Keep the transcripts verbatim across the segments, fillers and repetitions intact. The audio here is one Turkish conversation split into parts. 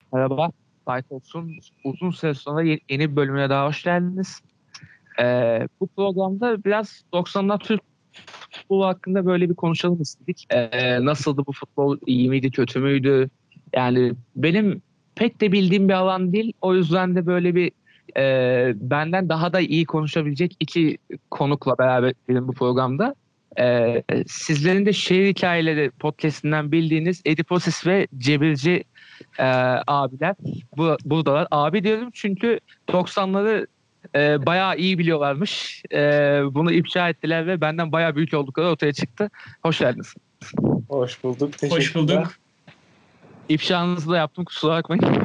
Merhaba, Bayt olsun. Uzun süre sonra ye- yeni bir bölümüne daha hoş geldiniz. Ee, bu programda biraz doksanlar Türk futbolu hakkında böyle bir konuşalım istedik. Ee, nasıldı bu futbol? İyi miydi, kötü müydü? Yani benim pek de bildiğim bir alan değil. O yüzden de böyle bir e, benden daha da iyi konuşabilecek iki konukla beraber benim bu programda. Ee, sizlerin de şehir hikayeleri podcast'inden bildiğiniz Ediposis ve Cebirci e, abiler bu, buradalar. Abi diyorum çünkü doksanları e, bayağı iyi biliyorlarmış. E, bunu ifşa ettiler ve benden bayağı büyük oldukları ortaya çıktı. Hoş geldiniz. Hoş bulduk. Hoş Teşekkürler. bulduk. İfşanızı da yaptım, kusura bakmayın.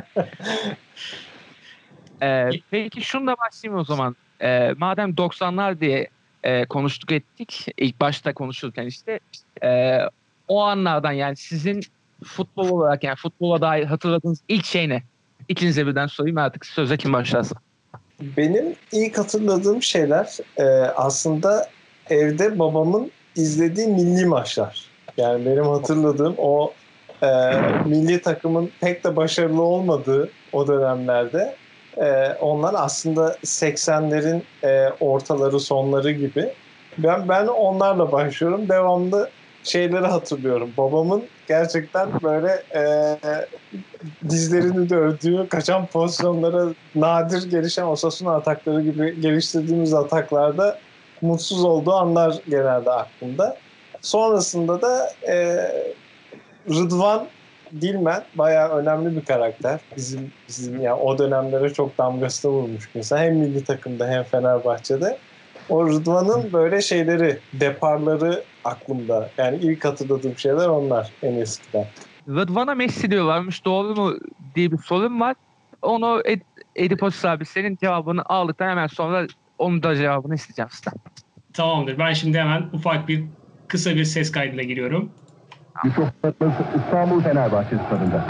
E, peki şunu başlayayım o zaman. E, madem doksanlar diye e, konuştuk ettik. İlk başta konuşurken işte e, o anlardan yani sizin futbol olarak yani futbola dair hatırladığınız ilk şey ne? İkinize birden sorayım, artık söze kim başlarsa. Benim ilk hatırladığım şeyler e, aslında evde babamın izlediği milli maçlar. Yani benim hatırladığım o e, milli takımın pek de başarılı olmadığı o dönemlerde e, onlar aslında seksenlerin e, ortaları sonları gibi. Ben ben onlarla başlıyorum. Devamlı şeyleri hatırlıyorum. Babamın gerçekten böyle e, dizlerini dövdüğü, kaçan pozisyonlara nadir gelişen Osasuna atakları gibi geliştirdiğimiz ataklarda mutsuz olduğu anlar genelde aklımda. Sonrasında da e, Rıdvan Dilmen bayağı önemli bir karakter. Bizim bizim yani o dönemlere çok damgasını vurmuş bir insan. Hem milli takımda hem Fenerbahçe'de. O Rıdvan'ın böyle şeyleri, deparları aklımda. Yani ilk hatırladığım şeyler onlar en eskiden. Rıdvan'a Messi diyorlarmış, doğru mu diye bir sorun var. Onu Ed Edipos abi senin cevabını aldıktan hemen sonra onun da cevabını isteyeceğim sizden. Tamamdır. Ben şimdi hemen ufak bir kısa bir ses kaydıyla giriyorum. Yusuf Yılmaz İstanbul Fenerbahçe stadında.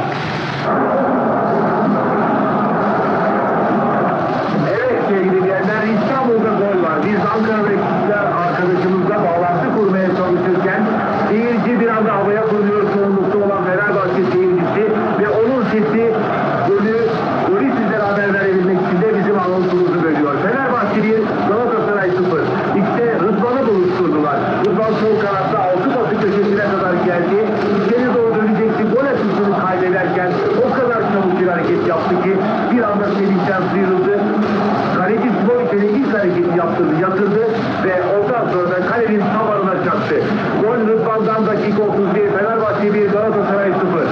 Evet sevgili dinleyenler, İstanbul'da gol var. Biz Ankara ve Kızlar arkadaşımızla bağlantı kurmaya çalışırken seyirci bir anda havaya fırlıyor, çoğunlukta olan Fenerbahçe seyircisi ve onun sesi golü, golü sizlere haber verebilmek için de bizim anonsumuzu bölüyor. Fenerbahçe bir, Galatasaray sıfır. İşte Rıdvan'ı buluşturdular. Rıdvan sol kanatta altı batı köşesine kadar geldi. İçeri doğru dönecekti. Gol açısını kaybederken o kadar çabuk bir hareket yaptı ki bir anda sevinçten sıyrıldı. Kaleci Simović'e ilk hareketi yaptırdı, yatırdı ve ondan sonra da kalenin tabanına çaktı. Gol Rıdvan'dan dakika otuz bir, Fenerbahçe bir, Galatasaray sıfır.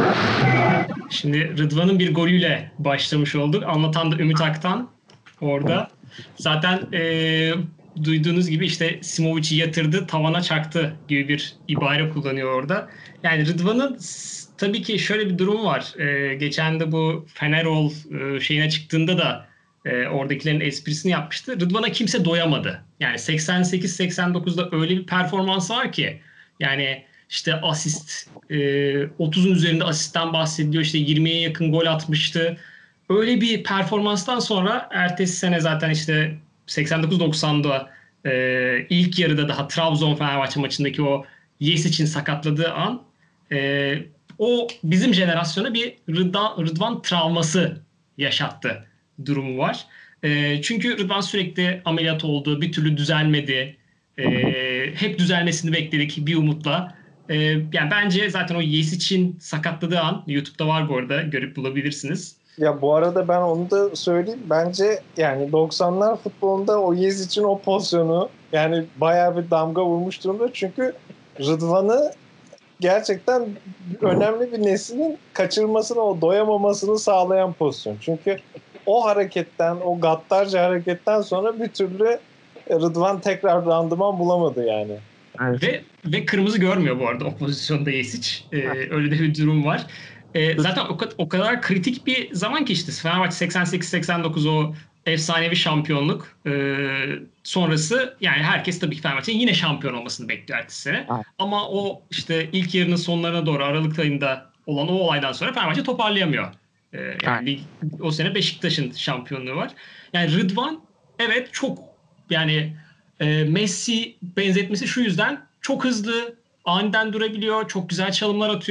Şimdi Rıdvan'ın bir golüyle başlamış olduk. Anlatan da Ümit Aktan orada. Zaten e, duyduğunuz gibi işte Simović'i yatırdı, tavana çaktı gibi bir ibare kullanıyor orada. Yani Rıdvan'ın tabii ki şöyle bir durum var. E, geçen de bu Fenerol e, şeyine çıktığında da e, oradakilerin esprisini yapmıştı. Rıdvan'a kimse doyamadı. Yani seksen sekiz seksen dokuzda öyle bir performans var ki yani işte asist e, otuzun üzerinde asistten bahsediliyor. İşte yirmiye yakın gol atmıştı. Öyle bir performanstan sonra ertesi sene zaten işte seksen dokuz doksanda e, ilk yarıda daha Trabzon Fenerbahçe maçındaki o Yesic'in sakatladığı an e, o bizim jenerasyona bir Rıdvan, Rıdvan travması yaşattı durumu var. E, çünkü Rıdvan sürekli ameliyat oldu, bir türlü düzelmedi. E, hep düzelmesini bekledik bir umutla. E, yani bence zaten o Yesic'in sakatladığı an YouTube'da var bu arada, görüp bulabilirsiniz. Ya bu arada ben onu da söyleyeyim. Bence yani doksanlar futbolunda o Yezic'in o pozisyonu yani bayağı bir damga vurmuş durumda. Çünkü Rıdvan'ı gerçekten önemli bir neslin kaçırmasını, o doyamamasını sağlayan pozisyon. Çünkü o hareketten, o gaddarca hareketten sonra bir türlü Rıdvan tekrar randıman bulamadı yani. Evet. Ve ve kırmızı görmüyor bu arada o pozisyonda Yesic. Ee, öyle de bir durum var. Ee, zaten o, o kadar kritik bir zaman ki işte Fenerbahçe seksen sekiz seksen dokuz o efsanevi şampiyonluk ee, sonrası yani herkes tabii ki Fenerbahçe'nin yine şampiyon olmasını bekliyor ertesi sene. Evet. Ama o işte ilk yarının sonlarına doğru Aralık ayında olan o olaydan sonra Fenerbahçe toparlayamıyor. Ee, yani lig, o sene Beşiktaş'ın şampiyonluğu var. Yani Rıdvan evet çok yani e, Messi benzetmesi şu yüzden çok hızlı, aniden durabiliyor, çok güzel çalımlar atıyor.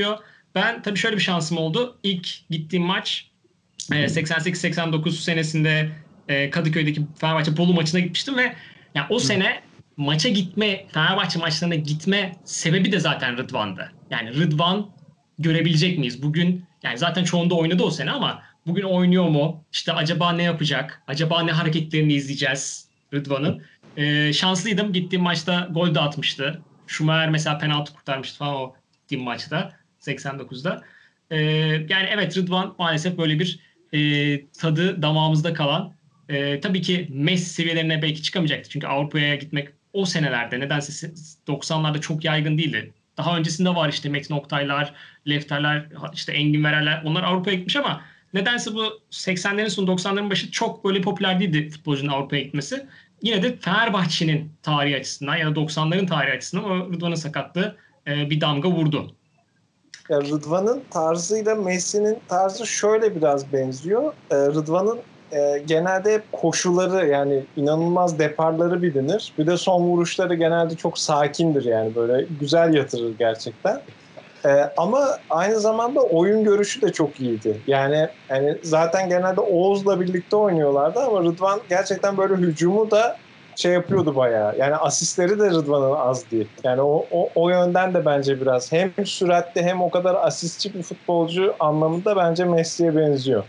ben tabii şöyle bir şansım oldu. İlk gittiğim maç e, seksen sekiz seksen dokuz senesinde e, Kadıköy'deki Fenerbahçe Bolu maçına gitmiştim ve yani o sene maça gitme, Fenerbahçe maçlarına gitme sebebi de zaten Rıdvan'dı. Yani Rıdvan görebilecek miyiz? Bugün yani zaten çoğunda oynadı o sene ama bugün oynuyor mu? İşte acaba ne yapacak? Acaba ne hareketlerini izleyeceğiz Rıdvan'ın? Ee, şanslıydım. Gittiğim maçta gol de atmıştı. Schumacher mesela penaltı kurtarmıştı falan o gittiğim maçta seksen dokuzda. Ee, yani evet Rıdvan maalesef böyle bir e, tadı damağımızda kalan. E, tabii ki Messi seviyelerine belki çıkamayacaktı. Çünkü Avrupa'ya gitmek o senelerde nedense doksanlarda çok yaygın değildi. Daha öncesinde var işte Metin Oktaylar, Lefterler, işte Engin Vererler. Onlar Avrupa'ya gitmiş ama nedense bu seksenlerin sonu doksanların başı çok böyle popüler değildi futbolcunun Avrupa'ya gitmesi. Yine de Fenerbahçe'nin tarihi açısından ya da doksanların tarihi açısından o Rıdvan'ın sakatlığı e, bir damga vurdu. Ya Rıdvan'ın tarzıyla Messi'nin tarzı şöyle biraz benziyor. Ee, Rıdvan'ın e, genelde hep koşuları yani inanılmaz deparları bilinir. Bir de son vuruşları genelde çok sakindir yani böyle güzel yatırır gerçekten. Ee, ama aynı zamanda oyun görüşü de çok iyiydi. Yani yani zaten genelde Oğuz'la birlikte oynuyorlardı ama Rıdvan gerçekten böyle hücumu da şey yapıyordu bayağı. Yani asistleri de Rıdvan'ın az değil. Yani o, o, o yönden de bence biraz hem süratli hem o kadar asistçi bir futbolcu anlamında bence Messi'ye benziyor.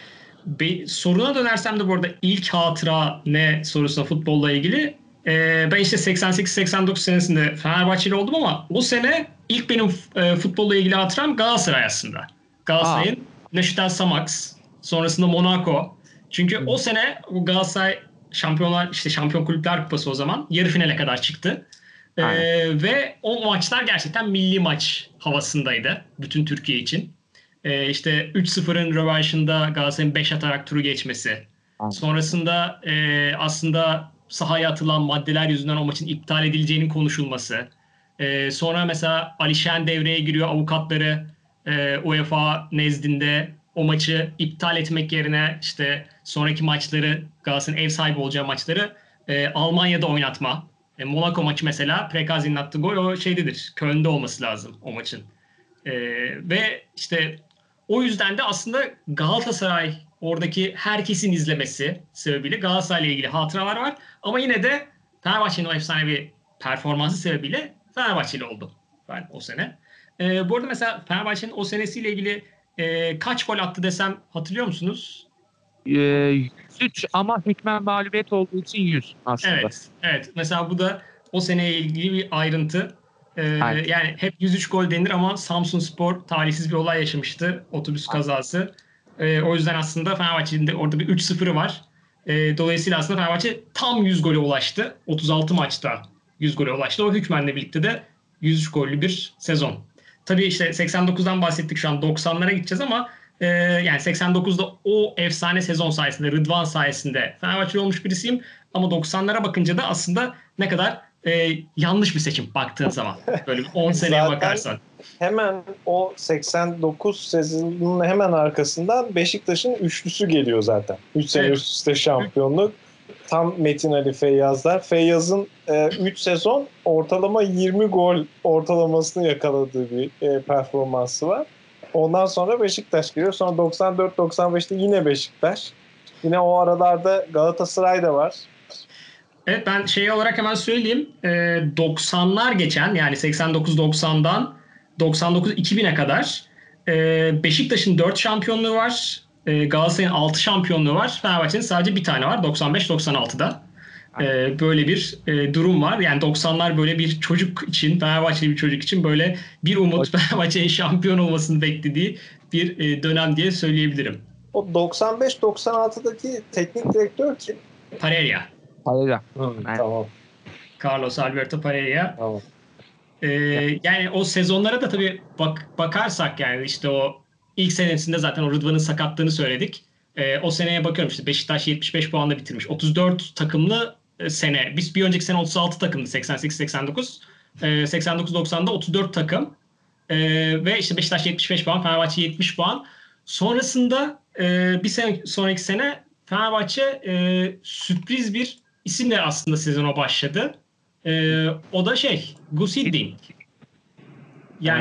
Bir soruna dönersem de bu arada ilk hatıra ne sorusuna futbolla ilgili. Ee, ben işte seksen sekiz seksen dokuz senesinde Fenerbahçeli oldum ama o sene ilk benim e, futbolla ilgili hatıram Galatasaray aslında. Galatasaray'ın Neuchâtel Xamax, sonrasında Monaco. Çünkü hmm. o sene bu Galatasaray Şampiyonlar işte Şampiyon Kulüpler Kupası o zaman yarı finale kadar çıktı. Ee, ve o maçlar gerçekten milli maç havasındaydı bütün Türkiye için. Ee, işte üç sıfırın rövanşında Galatasaray'ın beş atarak turu geçmesi. Aynen. Sonrasında e, aslında sahaya atılan maddeler yüzünden o maçın iptal edileceğinin konuşulması. Ee, sonra mesela Ali Şen devreye giriyor, avukatları e, UEFA nezdinde o maçı iptal etmek yerine işte sonraki maçları Galatasaray'ın ev sahibi olacağı maçları e, Almanya'da oynatma. E, Monaco maçı mesela Prekazi'nin attığı gol o şeydedir. Köln'de olması lazım o maçın. E, ve işte o yüzden de aslında Galatasaray oradaki herkesin izlemesi sebebiyle Galatasaray'la ilgili hatıralar var. Ama yine de Fenerbahçe'nin o efsanevi performansı sebebiyle Fenerbahçeli oldum ben o sene. E, bu arada mesela Fenerbahçe'nin o senesiyle ilgili e, kaç gol attı desem hatırlıyor musunuz? E, yüz üç ama hükmen mağlubiyet olduğu için yüz aslında. Evet, evet. Mesela bu da o seneye ilgili bir ayrıntı. Ee, yani hep yüz üç gol denir ama Samsunspor talihsiz bir olay yaşamıştı. Otobüs kazası. Ee, o yüzden aslında Fenerbahçe'nin de orada bir üç sıfırı var. Ee, dolayısıyla aslında Fenerbahçe tam yüz gole ulaştı. otuz altı maçta yüz gole ulaştı. O hükmenle birlikte de yüz üç gollü bir sezon. Tabii işte seksen dokuzdan bahsettik, şu an doksanlara gideceğiz ama e, yani seksen dokuzda o efsane sezon sayesinde, Rıdvan sayesinde Fenerbahçeli olmuş birisiyim. Ama doksanlara bakınca da aslında ne kadar e, yanlış bir seçim baktığın zaman. Böyle on seneye bakarsan. Hemen o seksen dokuz sezonunun hemen arkasından Beşiktaş'ın üçlüsü geliyor zaten. üç sene evet. Üst üste şampiyonluk. Tam Metin Ali Feyyazlar. Feyyaz'ın üç e, sezon ortalama yirmi gol ortalamasını yakaladığı bir e, performansı var. Ondan sonra Beşiktaş geliyor. Sonra doksan dört doksan beşte yine Beşiktaş. Yine o aralarda Galatasaray da var. Evet, ben şey olarak hemen söyleyeyim. E, doksanlar geçen yani seksen dokuz doksandan doksan dokuz iki bine kadar e, Beşiktaş'ın dört şampiyonluğu var. E, Galatasaray'ın altı şampiyonluğu var. Fenerbahçe'nin sadece bir tane var. doksan beş doksan altıda. E, böyle bir e, durum var. Yani doksanlar böyle bir çocuk için, Fenerbahçeli bir çocuk için böyle bir umut, Fenerbahçe'nin şampiyon olmasını beklediği bir e, dönem diye söyleyebilirim. O doksan beş doksan altıdaki teknik direktör kim? Pareja. Pareja. Tamam. Carlos Alberto Pareja. Tamam. Ee, yani o sezonlara da tabii bak, bakarsak yani işte o ilk senesinde zaten o Rıdvan'ın sakatlığını söyledik. Ee, o seneye bakıyorum işte Beşiktaş yetmiş beş puanla bitirmiş. otuz dört takımlı sene. Biz bir önceki sene otuz altı takımdı seksen sekiz seksen dokuz. Ee, seksen dokuz doksanda otuz dört takım. Ee, ve işte Beşiktaş yetmiş beş puan, Fenerbahçe yetmiş puan. Sonrasında e, bir sene sonraki sene Fenerbahçe e, sürpriz bir isimle aslında sezona başladı. E, o da şey Gus Hiddink. Yani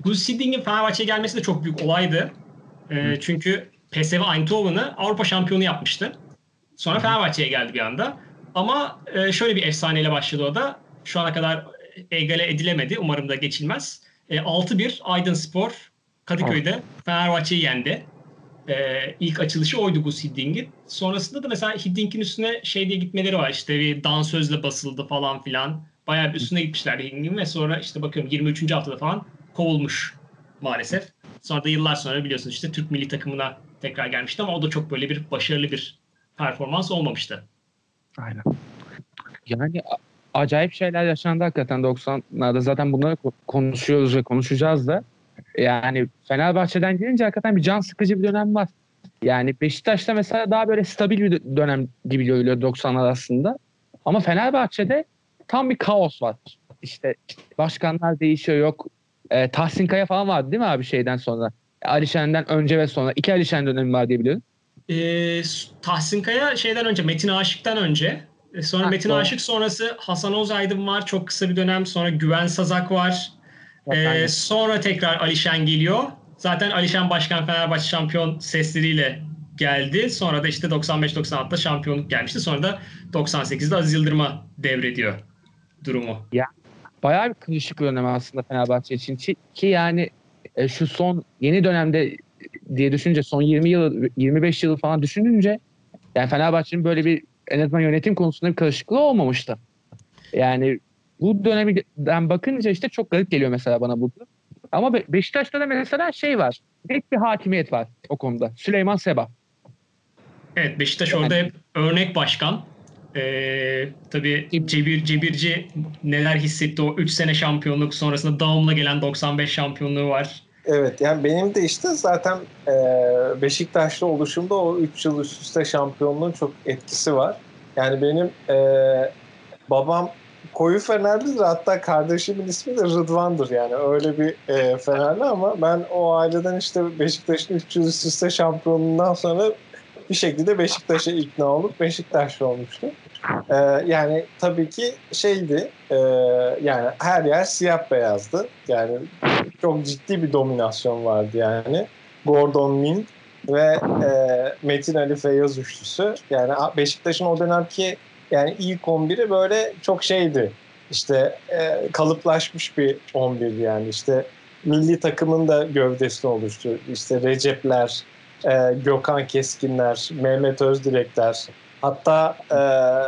Guus Hiddink Fenerbahçe'ye gelmesi de çok büyük olaydı. E, çünkü P S V Eindhoven'ı Avrupa şampiyonu yapmıştı. Sonra Fenerbahçe'ye geldi bir anda. Ama e, şöyle bir efsaneyle başladı o da. Şu ana kadar egale edilemedi. Umarım da geçilmez. E, altı bir Aydınspor Kadıköy'de Fenerbahçe'yi yendi. E, ilk açılışı oydu Guus Hiddink'in. Sonrasında da mesela Hiddink'in üstüne şey diye gitmeleri var. İşte bir dansözle basıldı falan filan. Bayağı bir üstüne gitmişlerdi Hiddink'in ve sonra işte bakıyorum yirmi üçüncü haftada falan kovulmuş maalesef. Sonra da yıllar sonra biliyorsunuz işte Türk milli takımına tekrar gelmişti ama o da çok böyle bir başarılı bir performans olmamıştı. Aynen. Yani a- acayip şeyler yaşandı hakikaten doksanlarda. Zaten bunları ko- konuşuyoruz ve konuşacağız da. Yani Fenerbahçe'den gelince hakikaten bir can sıkıcı bir dönem var. Yani Beşiktaş'ta mesela daha böyle stabil bir dö- dönem gibi görülüyor doksanlar aslında. Ama Fenerbahçe'de tam bir kaos var. İşte başkanlar değişiyor, yok. E, Tahsin Kaya falan vardı değil mi abi şeyden sonra? Alişen'den önce ve sonra. İki Alişen dönemi var diye biliyorum. Ee, Tahsin Kaya şeyden önce, Metin Aşık'tan önce. E, Sonra Ha, Metin doğru. Aşık sonrası Hasan Ozaydın var. Çok kısa bir dönem. Sonra Güven Sazak var. Bak, Ee, aynen. sonra tekrar Alişen geliyor. Zaten Alişen Başkan Fenerbahçe şampiyon sesleriyle geldi. Sonra da işte doksan beş doksan altıda şampiyonluk gelmişti. Sonra da doksan sekizde Aziz Yıldırım'a devrediyor durumu. Bayağı bir kırışık bir dönem aslında Fenerbahçe için ki, ki yani e, şu son yeni dönemde diye düşününce son yirmi yıl yirmi beş yıl falan düşününce yani Fenerbahçe'nin böyle bir en azından yönetim konusunda bir karışıklığı olmamıştı. Yani bu dönemden bakınca işte çok garip geliyor mesela bana bu. Ama Be- Beşiktaş'ta da mesela şey var. Net bir hakimiyet var o konuda. Süleyman Seba. Evet, Beşiktaş Yani, orada hep örnek başkan. Ee, tabii Cebir, Cebirci neler hissetti o üç sene şampiyonluk sonrasında Daum'la gelen doksan beş şampiyonluğu var. Evet, yani benim de işte zaten e, Beşiktaşlı oluşumda o üç yıl üst üste şampiyonluğun çok etkisi var. Yani benim e, babam koyu Fenerlidir, hatta kardeşimin ismi de Rıdvan'dır, yani öyle bir e, Fenerli, ama ben o aileden işte Beşiktaş'ın üç yıl üst üste şampiyonluğundan sonra bir şekilde Beşiktaş'a ikna olup Beşiktaşlı olmuştum. Ee, yani tabii ki şeydi, e, yani her yer siyah beyazdı. Yani çok ciddi bir dominasyon vardı yani. Gordon Min ve e, Metin Ali Feyyaz üçlüsü. Yani Beşiktaş'ın o dönemki yani ilk on biri böyle çok şeydi. İşte e, kalıplaşmış bir on bir yani. İşte milli takımın da gövdesini oluştu. İşte Recepler, e, Gökhan Keskinler, Mehmet Özdirekler. Hatta e,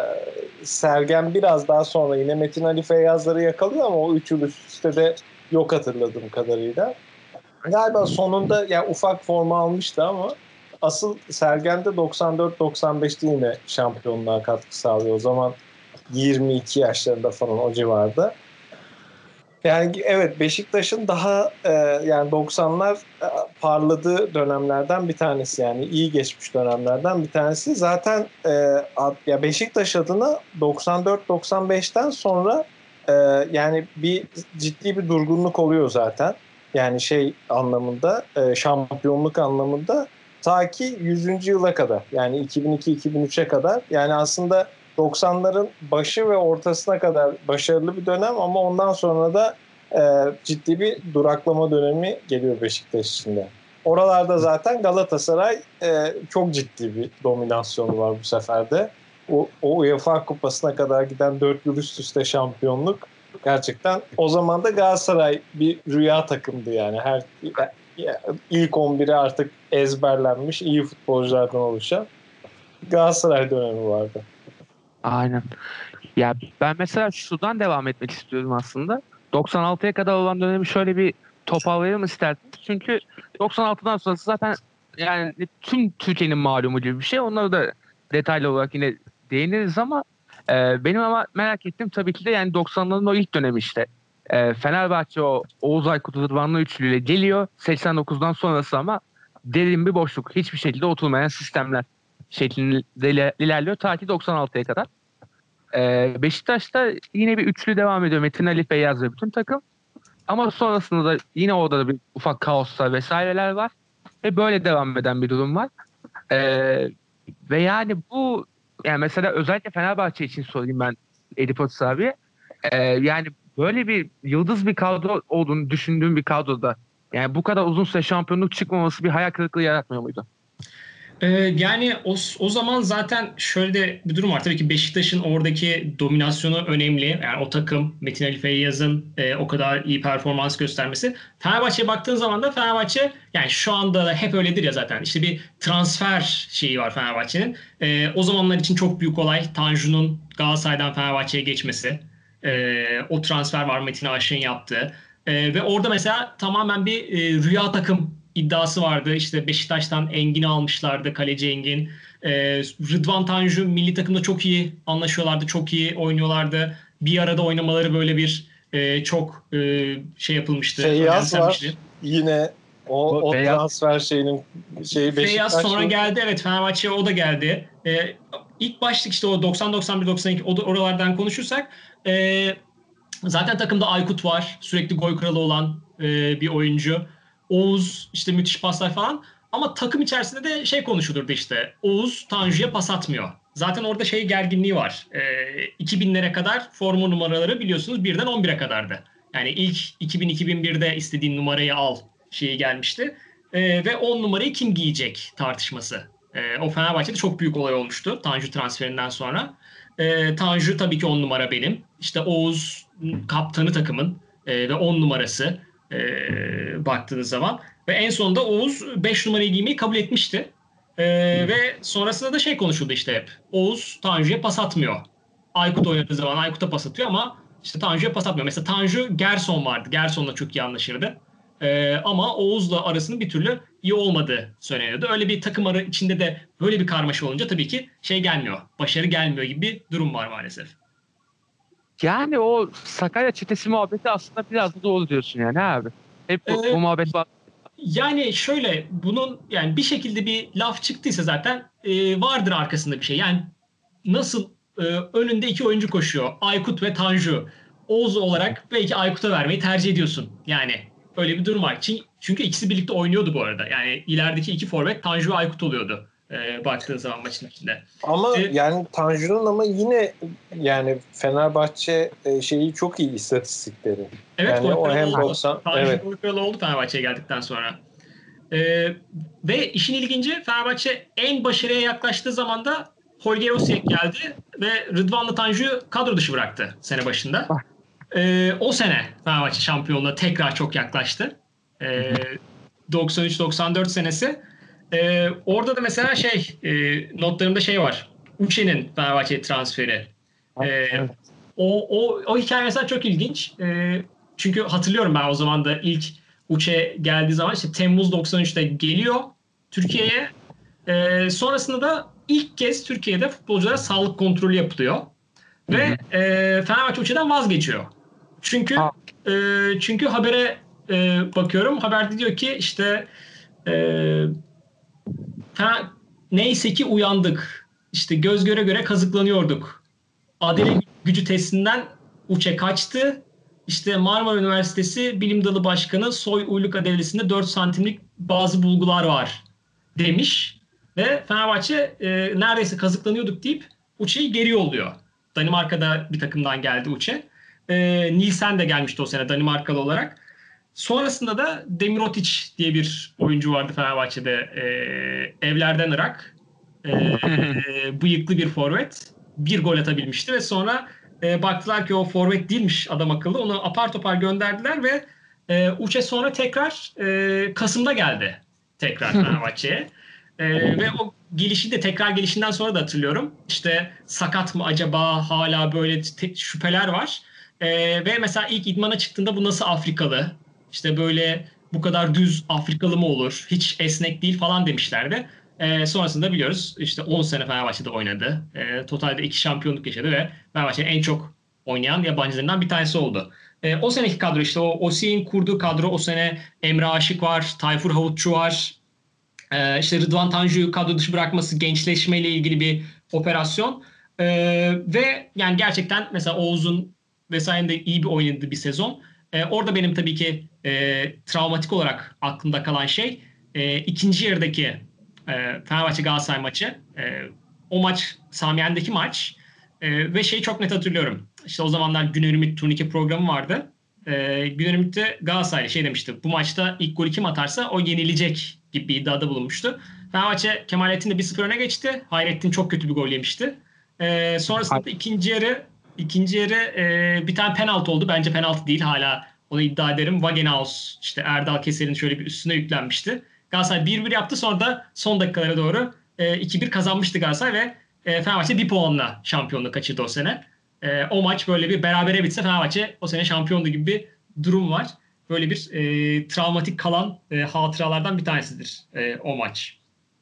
Sergen biraz daha sonra yine Metin Ali Feyyazları yakalıyor ama o üç yıl üst üste de yok hatırladığım kadarıyla. Galiba sonunda yani ufak forma almıştı ama asıl Sergen'de doksan dört doksan beşte yine şampiyonluğa katkı sağlıyor. O zaman yirmi iki yaşlarında falan, o civarda. Yani evet, Beşiktaş'ın daha e, yani doksanlar e, parladığı dönemlerden bir tanesi, yani iyi geçmiş dönemlerden bir tanesi. Zaten e, ad, ya Beşiktaş adına doksan dört doksan beşten sonra e, yani bir ciddi bir durgunluk oluyor zaten. Yani şey anlamında, e, şampiyonluk anlamında, ta ki yüzüncü yıla kadar, yani iki bin iki iki bin üçe kadar, yani aslında doksanların başı ve ortasına kadar başarılı bir dönem ama ondan sonra da e, ciddi bir duraklama dönemi geliyor Beşiktaş için de. Oralarda zaten Galatasaray e, çok ciddi bir dominasyonu var bu sefer de. O, o UEFA Kupası'na kadar giden dört yıl üst üste şampiyonluk gerçekten, o zaman da Galatasaray bir rüya takımdı yani. Her ilk on biri artık ezberlenmiş iyi futbolculardan oluşan Galatasaray dönemi vardı. aynen. Ya ben mesela şuradan devam etmek istiyorum aslında. doksan altıya kadar olan dönemi şöyle bir toparlayalım isterseniz. Çünkü doksan altıdan sonrası zaten yani tüm Türkiye'nin malumu gibi bir şey. Onları da detaylı olarak yine değiniriz ama e, benim ama merak ettiğim tabii ki de yani doksanların o ilk dönemi işte. E, Fenerbahçe o Oğuz Aykut Rıdvanlı üçlüyle geliyor. seksen dokuzdan sonrası ama derin bir boşluk. Hiçbir şekilde oturmayan sistemler şeklinde ilerliyor ta ki doksan altıya kadar. Ee, Beşiktaş'ta yine bir üçlü devam ediyor. Metin Ali Feyyaz ve bütün takım. Ama sonrasında da yine orada da bir ufak kaoslar vesaireler var. Ve böyle devam eden bir durum var. Ee, ve yani bu yani mesela özellikle Fenerbahçe için sorayım ben Edip Otis abiye. Ee, yani böyle bir yıldız bir kadro olduğunu düşündüğüm bir kadroda Yani bu kadar uzun süre şampiyonluk çıkmaması bir hayal kırıklığı yaratmıyor muydu? Ee, yani o, o zaman zaten şöyle de bir durum var. Tabii ki Beşiktaş'ın oradaki dominasyonu önemli. Yani o takım, Metin Ali Feyyaz'ın e, o kadar iyi performans göstermesi. Fenerbahçe'ye baktığın zaman da Fenerbahçe, yani şu anda da hep öyledir ya zaten. İşte bir transfer şeyi var Fenerbahçe'nin. E, o zamanlar için çok büyük olay Tanju'nun Galatasaray'dan Fenerbahçe'ye geçmesi. E, o transfer var, Metin Aşık'ın yaptığı. E, ve orada mesela tamamen bir e, rüya takım iddiası vardı. İşte Beşiktaş'tan Engin'i almışlardı. Kaleci Engin. Ee, Rıdvan Tanju milli takımda çok iyi anlaşıyorlardı. Çok iyi oynuyorlardı. Bir arada oynamaları böyle bir e, çok e, şey yapılmıştı. Feyyaz var. önemsenmişti. Yine o, o Feyyaz- transfer şeyinin şeyi Feyyaz Beşiktaş sonra geldi. Evet, Fenerbahçe'ye o da geldi. Ee, ilk başlık işte o doksan doksan bir doksan iki o da oralardan konuşursak e, zaten takımda Aykut var. Sürekli gol kralı olan e, bir oyuncu. Oğuz işte müthiş paslar falan. Ama takım içerisinde de şey konuşulurdu işte. Oğuz Tanju'ya pas atmıyor. Zaten orada şey gerginliği var. E, iki binlere kadar forma numaraları biliyorsunuz birden on bire kadardı. Yani ilk iki bin iki bin birde istediğin numarayı al şeyi gelmişti. E, ve on numarayı kim giyecek tartışması. E, o Fenerbahçe'de çok büyük olay olmuştu Tanju transferinden sonra. E, Tanju tabii ki on numara benim. İşte Oğuz kaptanı takımın e, ve on numarası e, baktığınız zaman. Ve en sonunda Oğuz beş numarayı giymeyi kabul etmişti. E, ve sonrasında da şey konuşuldu işte hep. Oğuz Tanju'ya pas atmıyor. Aykut oynadığı zaman Aykut'a pas atıyor ama işte Tanju'ya pas atmıyor. Mesela Tanju Gerson vardı. Gerson'la çok iyi anlaşırdı. E, ama Oğuz'la arasının bir türlü iyi olmadığı söyleniyordu. Öyle bir takım arı içinde de böyle bir karmaşa olunca tabii ki şey gelmiyor. Başarı gelmiyor gibi bir durum var maalesef. Yani o Sakarya çetesi muhabbeti aslında biraz da doğru diyorsun yani abi. Hep bu, Ee, bu muhabbet var. Yani şöyle, bunun yani bir şekilde bir laf çıktıysa zaten e, vardır arkasında bir şey. Yani nasıl e, önünde iki oyuncu koşuyor, Aykut ve Tanju. Oğuz olarak belki Aykut'a vermeyi tercih ediyorsun. Yani öyle bir durum var. Çünkü, çünkü ikisi birlikte oynuyordu bu arada. Yani ilerideki iki forvet Tanju ve Aykut oluyordu. E, baktığın zaman maçın içinde. Ama E, yani Tanju'nun ama yine yani Fenerbahçe e, şeyi çok iyi istatistikleri. Evet, yani gol o kralı hem oldu. doksan Tanju evet. gol kralı oldu Fenerbahçe'ye geldikten sonra. Ee, ve işin ilginci, Fenerbahçe en başarıya yaklaştığı zaman da Holger Osijek geldi ve Rıdvan'la Tanju'yu kadro dışı bıraktı sene başında. Ee, o sene Fenerbahçe şampiyonluğa tekrar çok yaklaştı. Ee, doksan üç doksan dört senesi. Ee, orada da mesela şey e, notlarımda şey var. Uçe'nin Fenerbahçe transferi. Ee, o, o, o hikaye mesela çok ilginç. Ee, çünkü hatırlıyorum ben o zaman da ilk Uçe geldiği zaman işte Temmuz doksan üçte geliyor Türkiye'ye. Ee, sonrasında da ilk kez Türkiye'de futbolculara sağlık kontrolü yapılıyor. Ve e, Fenerbahçe Uçe'den vazgeçiyor. Çünkü e, çünkü habere e, bakıyorum. Haberde diyor ki işte e, Fener, neyse ki uyandık. İşte göz göre göre kazıklanıyorduk. Adele gücü testinden Uçe kaçtı. İşte Marmara Üniversitesi Bilim Dalı Başkanı soy uyluk adalesinde dört santimlik bazı bulgular var demiş. Ve Fenerbahçe e, neredeyse kazıklanıyorduk deyip Uçe'yi geri yolluyor. Danimarka'da bir takımdan geldi Uçe. E, Nielsen de gelmişti o sene Danimarkalı olarak. Sonrasında da Demirotić diye bir oyuncu vardı Fenerbahçe'de. E, evlerden Irak. E, e, bıyıklı bir forvet. Bir gol atabilmişti ve sonra e, baktılar ki o forvet değilmiş adam akıllı. Onu apar topar gönderdiler ve e, Uçe sonra tekrar e, Kasım'da geldi tekrar Fenerbahçe'ye. E, ve o gelişi de tekrar gelişinden sonra da hatırlıyorum. İşte sakat mı acaba, hala böyle te- şüpheler var. E, ve mesela ilk idmana çıktığında bu nasıl Afrikalı? İşte böyle bu kadar düz Afrikalı mı olur? Hiç esnek değil falan demişlerdi. E, sonrasında biliyoruz işte on sene Fenerbahçe'de oynadı. E, totalde iki şampiyonluk yaşadı ve Fenerbahçe'nin en çok oynayan yabancılarından bir tanesi oldu. E, o seneki kadro işte o Osijek'in kurduğu kadro, o sene Emre Aşık var, Tayfur Havutçu var. E, işte Rıdvan Tanju'yu kadro dışı bırakması gençleşmeyle ilgili bir operasyon. E, ve yani gerçekten mesela Oğuz'un vesaire iyi bir oynadığı bir sezon. E, orada benim tabii ki e, travmatik olarak aklımda kalan şey e, ikinci yarıdaki e, Fenerbahçe Galatasaray maçı. E, o maç Samiyen'deki maç e, ve şeyi çok net hatırlıyorum. İşte o zamanlar Güney Ümit turnike programı vardı. e, Güler'de Galatasaray'la şey demişti. Bu maçta ilk golü kim atarsa o yenilecek gibi bir iddiada bulunmuştu. Fenerbahçe Kemalettin de bir sıfır öne geçti. Hayrettin çok kötü bir gol yemişti. E, sonrasında da ikinci yarı ikinci yarı e, bir tane penaltı oldu. Bence penaltı değil, hala onu iddia ederim. Wagenhaus işte Erdal Keser'in şöyle bir üstüne yüklenmişti. Galatasaray bir bir yaptı, sonra da son dakikalara doğru e, iki bir kazanmıştı Galatasaray ve e, Fenerbahçe bir puanla şampiyonluğu kaçırdı o sene. E, o maç böyle bir berabere bitse Fenerbahçe o sene şampiyonluğu gibi bir durum var. Böyle bir e, travmatik kalan e, hatıralardan bir tanesidir e, o maç.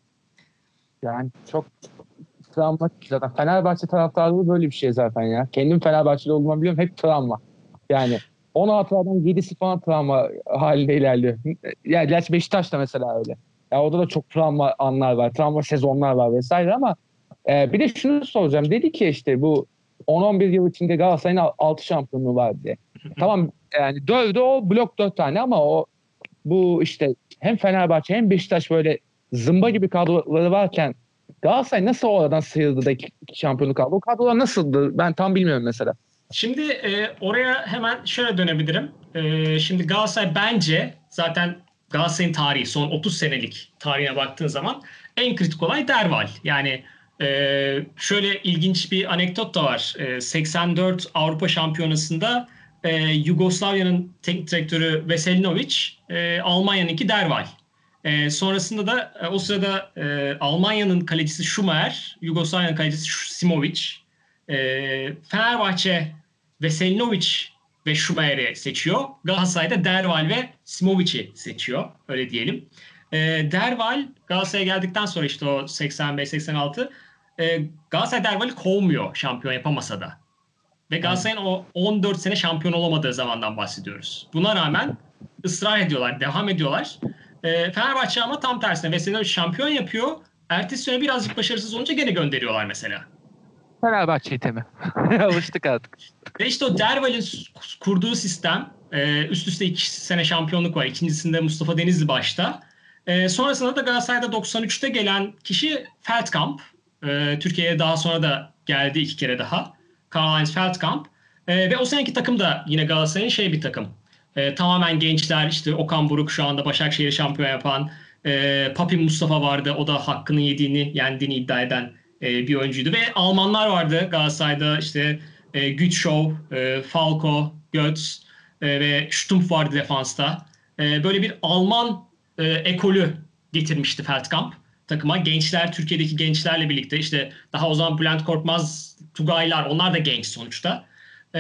Yani çok travmatik zaten. Fenerbahçe taraftarlığı böyle bir şey zaten ya. Kendim Fenerbahçeli olduğumu biliyorum. Hep travma. Yani on hatıradan yedisi falan travma halinde ilerliyor. Ya gerçi Beşiktaş'ta mesela öyle. Ya orada da çok travma anlar var. Travma sezonlar var vesaire ama e, bir de şunu soracağım. Dedi ki işte bu on on bir yıl içinde Galatasaray'ın altı şampiyonluğu var diye. Tamam, yani dövdü o blok dört tane ama o bu işte hem Fenerbahçe hem Beşiktaş böyle zımba gibi kadroları varken Galatasaray nasıl oradan sıyrıldı da iki, iki şampiyonluk aldı? O kadrolar nasıldı? Ben tam bilmiyorum mesela. Şimdi e, oraya hemen şöyle dönebilirim. E, şimdi Galatasaray bence zaten Galatasaray'ın tarihi, son otuz senelik tarihine baktığın zaman en kritik olay Derval. Yani e, şöyle ilginç bir anekdot da var. E, seksen dört Avrupa Şampiyonası'nda e, Yugoslavya'nın teknik direktörü Veselinovic, e, Almanya'nınki Derval. E, sonrasında da e, o sırada e, Almanya'nın kalecisi Schumacher, Yugoslavya'nın kalecisi Simovic. E, Fenerbahçe Veselinovic ve Schumacher'i seçiyor. Galatasaray'da Derval ve Simovic'i seçiyor. Öyle diyelim. E, Derval Galatasaray'a geldikten sonra işte o seksen beş seksen altı e, Galatasaray Derval'i kovmuyor şampiyon yapamasa da. Ve Galatasaray'ın o on dört sene şampiyon olamadığı zamandan bahsediyoruz. Buna rağmen ısrar ediyorlar, devam ediyorlar. E, Fenerbahçe ama tam tersine Veselinovic şampiyon yapıyor. Ertesi sene birazcık başarısız olunca gene gönderiyorlar mesela. Fenerbahçe itemi. Alıştık artık. Ve işte o Derval'in kurduğu sistem, üst üste iki sene şampiyonluk var. İkincisinde Mustafa Denizli başta. Sonrasında da Galatasaray'da doksan üçte gelen kişi Feldkamp. Türkiye'ye daha sonra da geldi iki kere daha. Karl-Heinz Feldkamp. Ve o seneki takım da yine Galatasaray'ın şey bir takım. Tamamen gençler, işte Okan Buruk şu anda Başakşehir'i şampiyon yapan. Papi Mustafa vardı. O da hakkını yediğini, yendiğini iddia eden bir oyuncuydu. Ve Almanlar vardı Galatasaray'da, işte e, Gütschow, e, Falco, Götz e, ve Stumpf vardı defansta. E, böyle bir Alman e, ekolü getirmişti Feldkamp takıma. Gençler, Türkiye'deki gençlerle birlikte, işte daha o zaman Bülent Korkmaz, Tugaylar, onlar da genç sonuçta. E,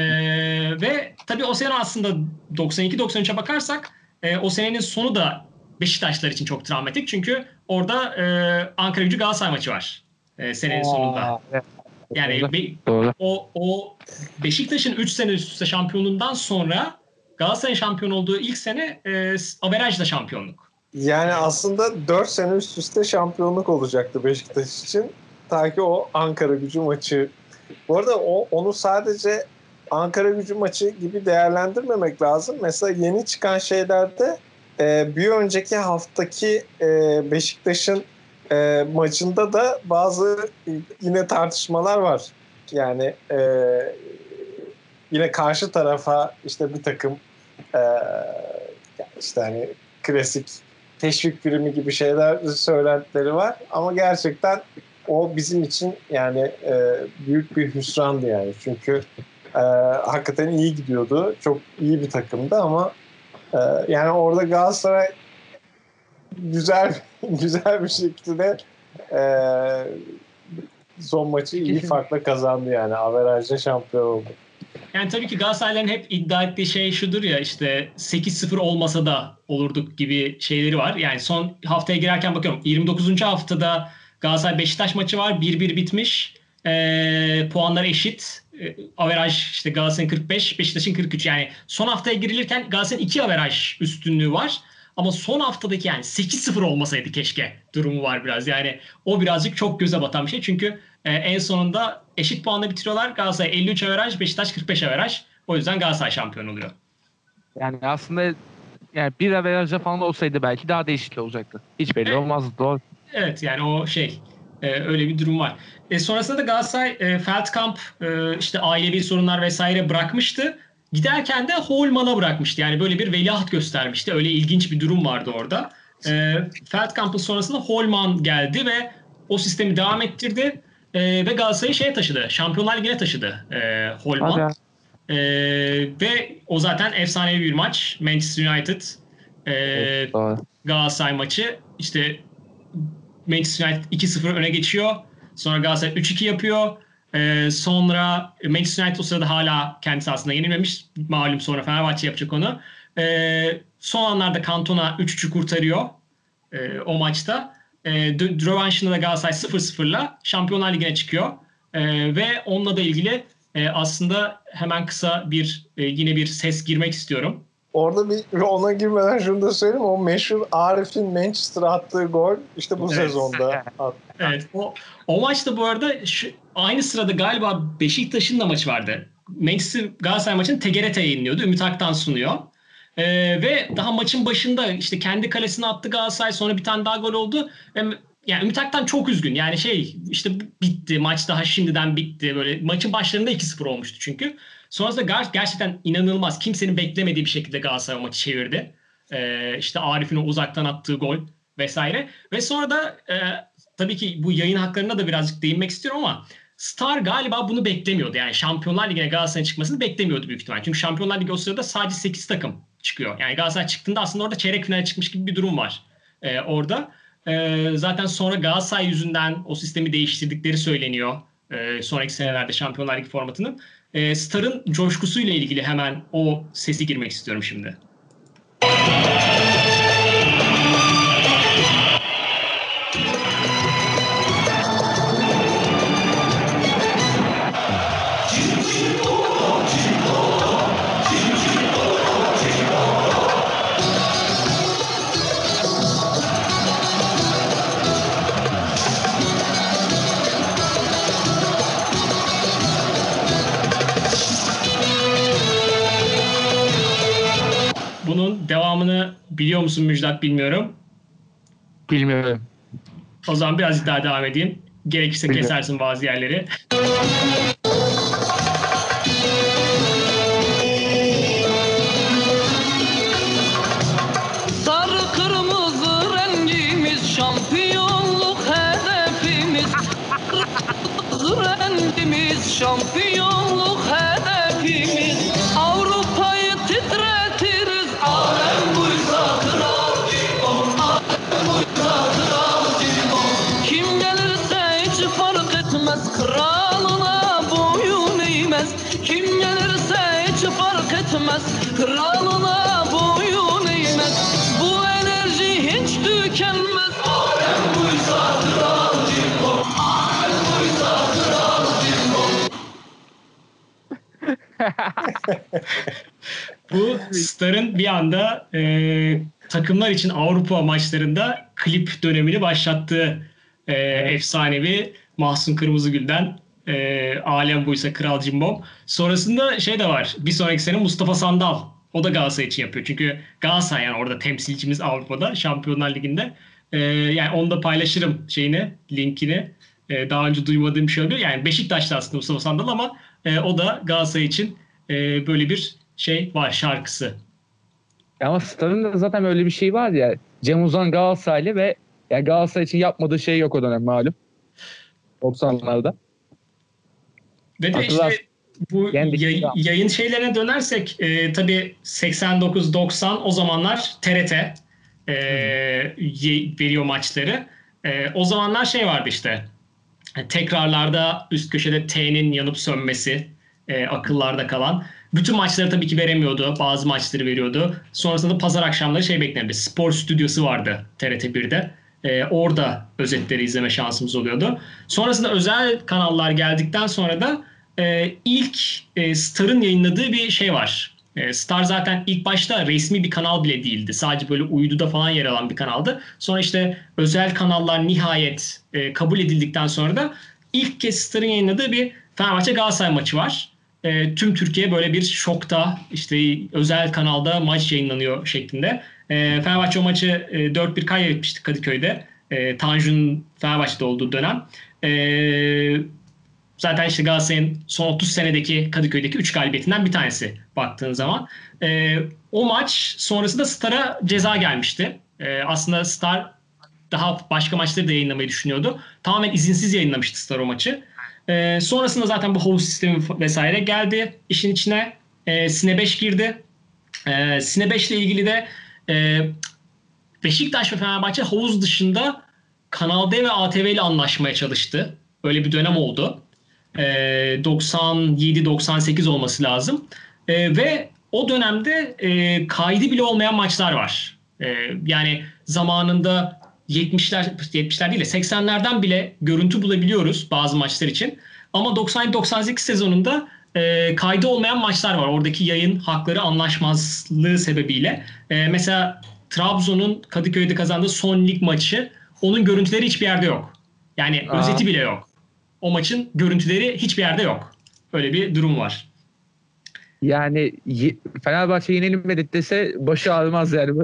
ve tabii o sene aslında doksan iki doksan üçe bakarsak e, o senenin sonu da Beşiktaşlar için çok travmatik. Çünkü orada e, Ankaragücü Galatasaray maçı var e, senenin Aa, sonunda. Evet. Yani be, o, o Beşiktaş'ın üç sene üst üste şampiyonluğundan sonra Galatasaray'ın şampiyon olduğu ilk sene e, averajla şampiyonluk. Yani aslında dört sene üst üste şampiyonluk olacaktı Beşiktaş için. Ta ki o Ankaragücü maçı. Bu arada o, onu sadece Ankaragücü maçı gibi değerlendirmemek lazım. Mesela yeni çıkan şeylerde e, bir önceki haftaki e, Beşiktaş'ın E, maçında da bazı yine tartışmalar var. Yani e, yine karşı tarafa işte bir takım e, işte hani klasik teşvik primi gibi şeyler söylentileri var. Ama gerçekten o bizim için yani e, büyük bir hüsrandı yani. Çünkü e, hakikaten iyi gidiyordu. Çok iyi bir takımdı ama e, yani orada Galatasaray güzel güzel bir şekilde e, son maçı iyi farkla kazandı yani. Averajla şampiyon oldu. Yani tabii ki Galatasaray'ların hep iddia ettiği şey şudur ya, işte sekiz sıfır olmasa da olurduk gibi şeyleri var. Yani son haftaya girerken bakıyorum, yirmi dokuzuncu haftada Galatasaray Beşiktaş maçı var. bir bir bitmiş. E, puanlar eşit. E, averaj işte Galatasaray'ın kırk beş, Beşiktaş'ın kırk üç. Yani son haftaya girilirken Galatasaray'ın iki averaj üstünlüğü var. Ama son haftadaki yani sekiz sıfır olmasaydı keşke durumu var biraz. Yani o birazcık çok göze batan bir şey. Çünkü e, en sonunda eşit puanla bitiriyorlar. Galatasaray elli üç averaj, Beşiktaş kırk beş averaj. O yüzden Galatasaray şampiyon oluyor. Yani aslında yani bir averajla falan olsaydı belki daha değişik olacaktı. Hiç belli evet. olmazdı. Doğru. Evet, yani o şey e, öyle bir durum var. E, sonrasında da Galatasaray e, Feldkamp e, işte ailevi sorunlar vesaire bırakmıştı. giderken de Holman'a bırakmıştı. Yani böyle bir veliaht göstermişti. Öyle ilginç bir durum vardı orada. E, Feldkamp'ın sonrasında Holman geldi ve o sistemi devam ettirdi. E, ve Galatasaray'ı şeye taşıdı. Şampiyonlar Ligi'ne taşıdı e, Holman. E, ve o zaten efsanevi bir maç. Manchester United e, Galatasaray maçı. İşte Manchester United iki sıfır öne geçiyor. Sonra Galatasaray üç iki yapıyor. Ee, sonra Manchester United o sırada hala kendisi aslında yenilmemiş. Malum sonra Fenerbahçe yapacak onu. Ee, son anlarda Cantona üç üçü kurtarıyor e, o maçta. E, rövanşında da Galatasaray sıfır sıfırla Şampiyonlar Ligi'ne çıkıyor. E, ve onunla da ilgili e, aslında hemen kısa bir e, yine bir ses girmek istiyorum. Orada bir ona girmeden şunu da söyleyeyim. O meşhur Arif'in Manchester'a attığı gol işte bu Evet. sezonda attı. Evet. O, o maçta bu arada şu, aynı sırada galiba Beşiktaş'ın da maçı vardı. Manchester Galatasaray maçını T G R T yayınlıyordu. Ümit Aktan sunuyor. Ee, ve daha maçın başında işte kendi kalesine attı Galatasaray. Sonra bir tane daha gol oldu. Ve yani Ümit Aktan çok üzgün. Yani şey işte bitti. Maç daha şimdiden bitti. Böyle maçın başlarında iki sıfır olmuştu çünkü. Sonrasında ger- gerçekten inanılmaz. Kimsenin beklemediği bir şekilde Galatasaray maçı çevirdi. Ee, işte Arif'in o uzaktan attığı gol vesaire. Ve sonra da e, tabii ki bu yayın haklarına da birazcık değinmek istiyorum ama Star galiba bunu beklemiyordu. Yani Şampiyonlar Ligi'ne Galatasaray'ın çıkmasını beklemiyordu büyük ihtimal. Çünkü Şampiyonlar Ligi o sırada sadece sekiz takım çıkıyor. Yani Galatasaray çıktığında aslında orada çeyrek finale çıkmış gibi bir durum var ee, orada. Ee, zaten sonra Galatasaray yüzünden o sistemi değiştirdikleri söyleniyor. Ee, sonraki senelerde Şampiyonlar Ligi formatının. Ee, Star'ın coşkusuyla ilgili hemen o sesi girmek istiyorum şimdi. Bunun devamını biliyor musun Müjdat bilmiyorum. Bilmiyorum. O zaman birazcık daha devam edeyim. Gerekirse Bilmiyorum. kesersin bazı yerleri. Sarı kırmızı rengimiz, şampiyonluk hedefimiz. Kırmızı rengimiz, şampiyonluk hedefimiz. Avrupa'yı titretiriz, alem buysa kral cimbom, alem buysa kral cimbom. Kim gelirse hiç fark etmez, kralına boyun eğmez. Kim gelirse hiç fark etmez, kralına boyun eğmez. Bu enerji hiç tükenmez. Alem buysa kral cimbom, alem buysa kral cimbom. Bu Star'ın bir anda e, takımlar için Avrupa maçlarında klip dönemini başlattığı e, efsanevi Mahsun Kırmızıgül'den e, Alem Buysa Kral Cimbom. Sonrasında şey de var. Bir sonraki sene Mustafa Sandal. O da Galatasaray için yapıyor. Çünkü Galatasaray yani orada temsilcimiz Avrupa'da Şampiyonlar Ligi'nde. E, yani onu da paylaşırım şeyini, linkini. E, daha önce duymadığım bir şey oluyor. Yani Beşiktaş'ta aslında Mustafa Sandal ama e, o da Galatasaray için e, böyle bir şey var, şarkısı. Ama Star'ın da zaten öyle bir şey var ya. Cem Uzan Galatasaraylı ve ya Galatasaray için yapmadığı şey yok o dönem malum. doksanlarda. Ve de Hatırlar. işte bu Yendik yay- ya. yayın şeylerine dönersek e, tabii seksen dokuz doksan o zamanlar T R T e, ye- veriyor maçları. E, o zamanlar şey vardı işte. Tekrarlarda üst köşede T'nin yanıp sönmesi e, akıllarda kalan. Bütün maçları tabii ki veremiyordu. Bazı maçları veriyordu. Sonrasında da pazar akşamları şey beklenirdi. Spor stüdyosu vardı T R T birde. E, orada özetleri izleme şansımız oluyordu. Sonrasında özel kanallar geldikten sonra da e, ilk e, Star'ın yayınladığı bir şey var. E, Star zaten ilk başta resmi bir kanal bile değildi. Sadece böyle uyduda falan yer alan bir kanaldı. Sonra işte özel kanallar nihayet e, kabul edildikten sonra da ilk kez Star'ın yayınladığı bir Fenerbahçe Galatasaray maçı var. E, tüm Türkiye böyle bir şokta, işte özel kanalda maç yayınlanıyor şeklinde. E, Fenerbahçe o maçı e, dört bir kaybetmişti Kadıköy'de. E, Tanju'nun Fenerbahçe'de olduğu dönem. E, Zaten işte Galatasaray'ın son otuz senedeki Kadıköy'deki üç galibiyetinden bir tanesi baktığın zaman. E, o maç sonrasında Star'a ceza gelmişti. E, aslında Star daha başka maçları da yayınlamayı düşünüyordu. Tamamen izinsiz yayınlamıştı Star o maçı. E, sonrasında zaten bu havuz sistemi vesaire geldi işin içine. E, Sine beş girdi. E, Sine beş ile ilgili de e, Beşiktaş ve Fenerbahçe havuz dışında Kanal D ve A T V ile anlaşmaya çalıştı. Böyle bir dönem oldu. E, doksan yedi doksan sekiz olması lazım. E, ve o dönemde e, kaydı bile olmayan maçlar var. E, yani zamanında yetmişler yetmişler değil de seksenlerden bile görüntü bulabiliyoruz bazı maçlar için. Ama doksan yedi doksan sekiz sezonunda e, kaydı olmayan maçlar var. Oradaki yayın hakları anlaşmazlığı sebebiyle. E, mesela Trabzon'un Kadıköy'de kazandığı son lig maçı, onun görüntüleri hiçbir yerde yok. Yani Aa. özeti bile yok. O maçın görüntüleri hiçbir yerde yok. Öyle bir durum var. Yani ye- Fenerbahçe yenelim mi dese başı ağrımaz yani.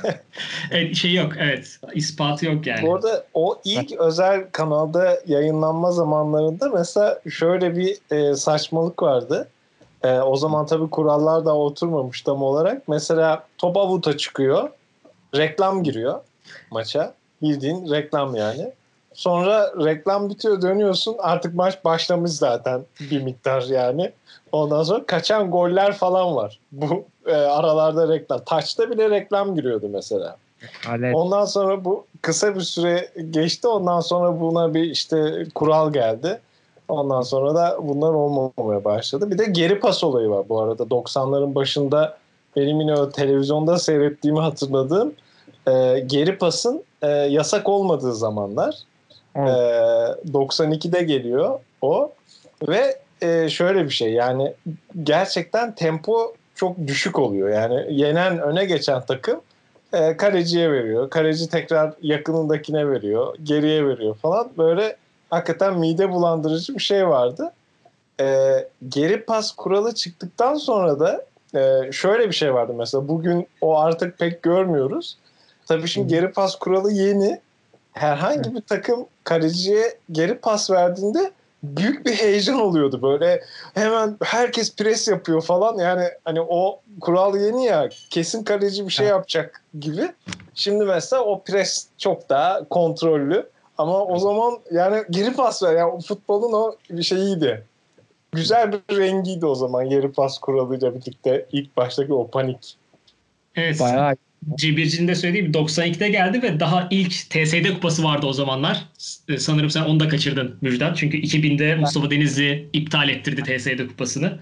Evet, şey yok, evet. İspatı yok yani. Bu arada o ilk özel kanalda yayınlanma zamanlarında mesela şöyle bir e, saçmalık vardı. E, o zaman tabii kurallar da oturmamış tam olarak. Mesela top avuta çıkıyor. Reklam giriyor maça. Bildiğin reklam yani. Sonra reklam bitiyor, dönüyorsun. Artık maç başlamış zaten bir miktar yani. Ondan sonra kaçan goller falan var. Bu e, aralarda reklam. Taçta bile reklam giriyordu mesela. Evet. Ondan sonra bu kısa bir süre geçti. Ondan sonra buna bir işte kural geldi. Ondan sonra da bunlar olmamaya başladı. Bir de geri pas olayı var bu arada. doksanların başında benim yine o televizyonda seyrettiğimi hatırladığım e, geri pasın e, yasak olmadığı zamanlar. E, doksan ikide geliyor o. Ve e, şöyle bir şey, yani gerçekten tempo çok düşük oluyor. Yani yenen, öne geçen takım e, kaleciye veriyor. Kaleci tekrar yakınındakine veriyor. Geriye veriyor falan. Böyle hakikaten mide bulandırıcı bir şey vardı. E, geri pas kuralı çıktıktan sonra da e, şöyle bir şey vardı mesela. Bugün o artık pek görmüyoruz. Tabii şimdi geri pas kuralı yeni. Herhangi bir takım kaleciye geri pas verdiğinde büyük bir heyecan oluyordu. Böyle hemen herkes pres yapıyor falan. Yani hani o kural yeni ya, kesin kaleci bir şey yapacak gibi. Şimdi mesela o pres çok daha kontrollü. Ama o zaman yani geri pas ver. Yani futbolun o bir şeyiydi. Güzel bir rengiydi o zaman geri pas kuralıyla birlikte ilk baştaki o panik. Evet. Bayağı Cebirci'nin de söylediği gibi doksan ikide geldi ve daha ilk T S D kupası vardı o zamanlar. S- Sanırım sen onu da kaçırdın Müjdat. Çünkü iki binde Mustafa Denizli iptal ettirdi T S D kupasını.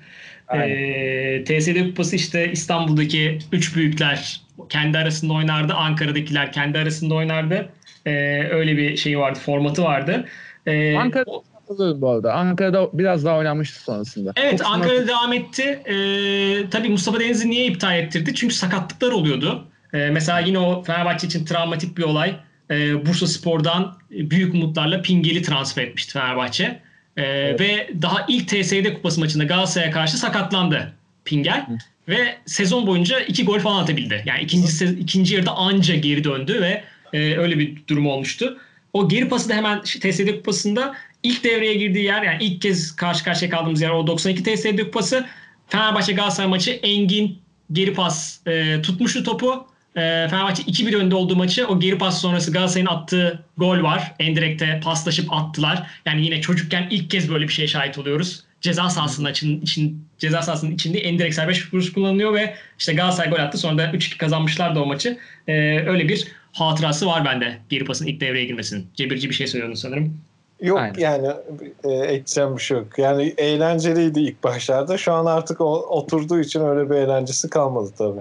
Ee, T S D kupası işte İstanbul'daki üç büyükler kendi arasında oynardı. Ankara'dakiler kendi arasında oynardı. Ee, öyle bir şey vardı, formatı vardı. Ee, Ankara'da o- hatırlıyorum bu arada. Ankara'da biraz daha oynanmıştı sonrasında. Evet, Çok Ankara'da devam etti. Ee, tabii Mustafa Denizli niye iptal ettirdi? Çünkü sakatlıklar oluyordu. Ee, mesela yine o Fenerbahçe için travmatik bir olay. Ee, Bursaspor'dan büyük umutlarla Pingel'i transfer etmişti Fenerbahçe. Ee, Evet. Ve daha ilk T S D kupası maçında Galatasaray'a karşı sakatlandı Pingel. Hı. Ve sezon boyunca iki gol falan atabildi. Yani ikinci, se- ikinci yarıda anca geri döndü ve e, öyle bir durum olmuştu. O geri pası da hemen T S D kupasında ilk devreye girdiği yer, yani ilk kez karşı karşıya kaldığımız yer o doksan iki T S D kupası. Fenerbahçe Galatasaray maçı, Engin geri pas e, tutmuştu topu. E, Fenerbahçe iki bir önde olduğu maçı, o geri pas sonrası Galatasaray'ın attığı gol var. Endirekte paslaşıp attılar. Yani yine çocukken ilk kez böyle bir şeye şahit oluyoruz. Ceza sahasının için, için ceza sahasının içinde endirekt serbest vuruş kullanılıyor ve işte Galatasaray gol attı. Sonra da üç iki kazanmışlardı o maçı. E, öyle bir hatırası var bende geri pasın ilk devreye girmesinin. Cebirci bir şey söylüyordun sanırım. Yok Aynen. yani e, ekleyeceğim bir şey yok. Yani eğlenceliydi ilk başlarda. Şu an artık o, oturduğu için öyle bir eğlencesi kalmadı tabii.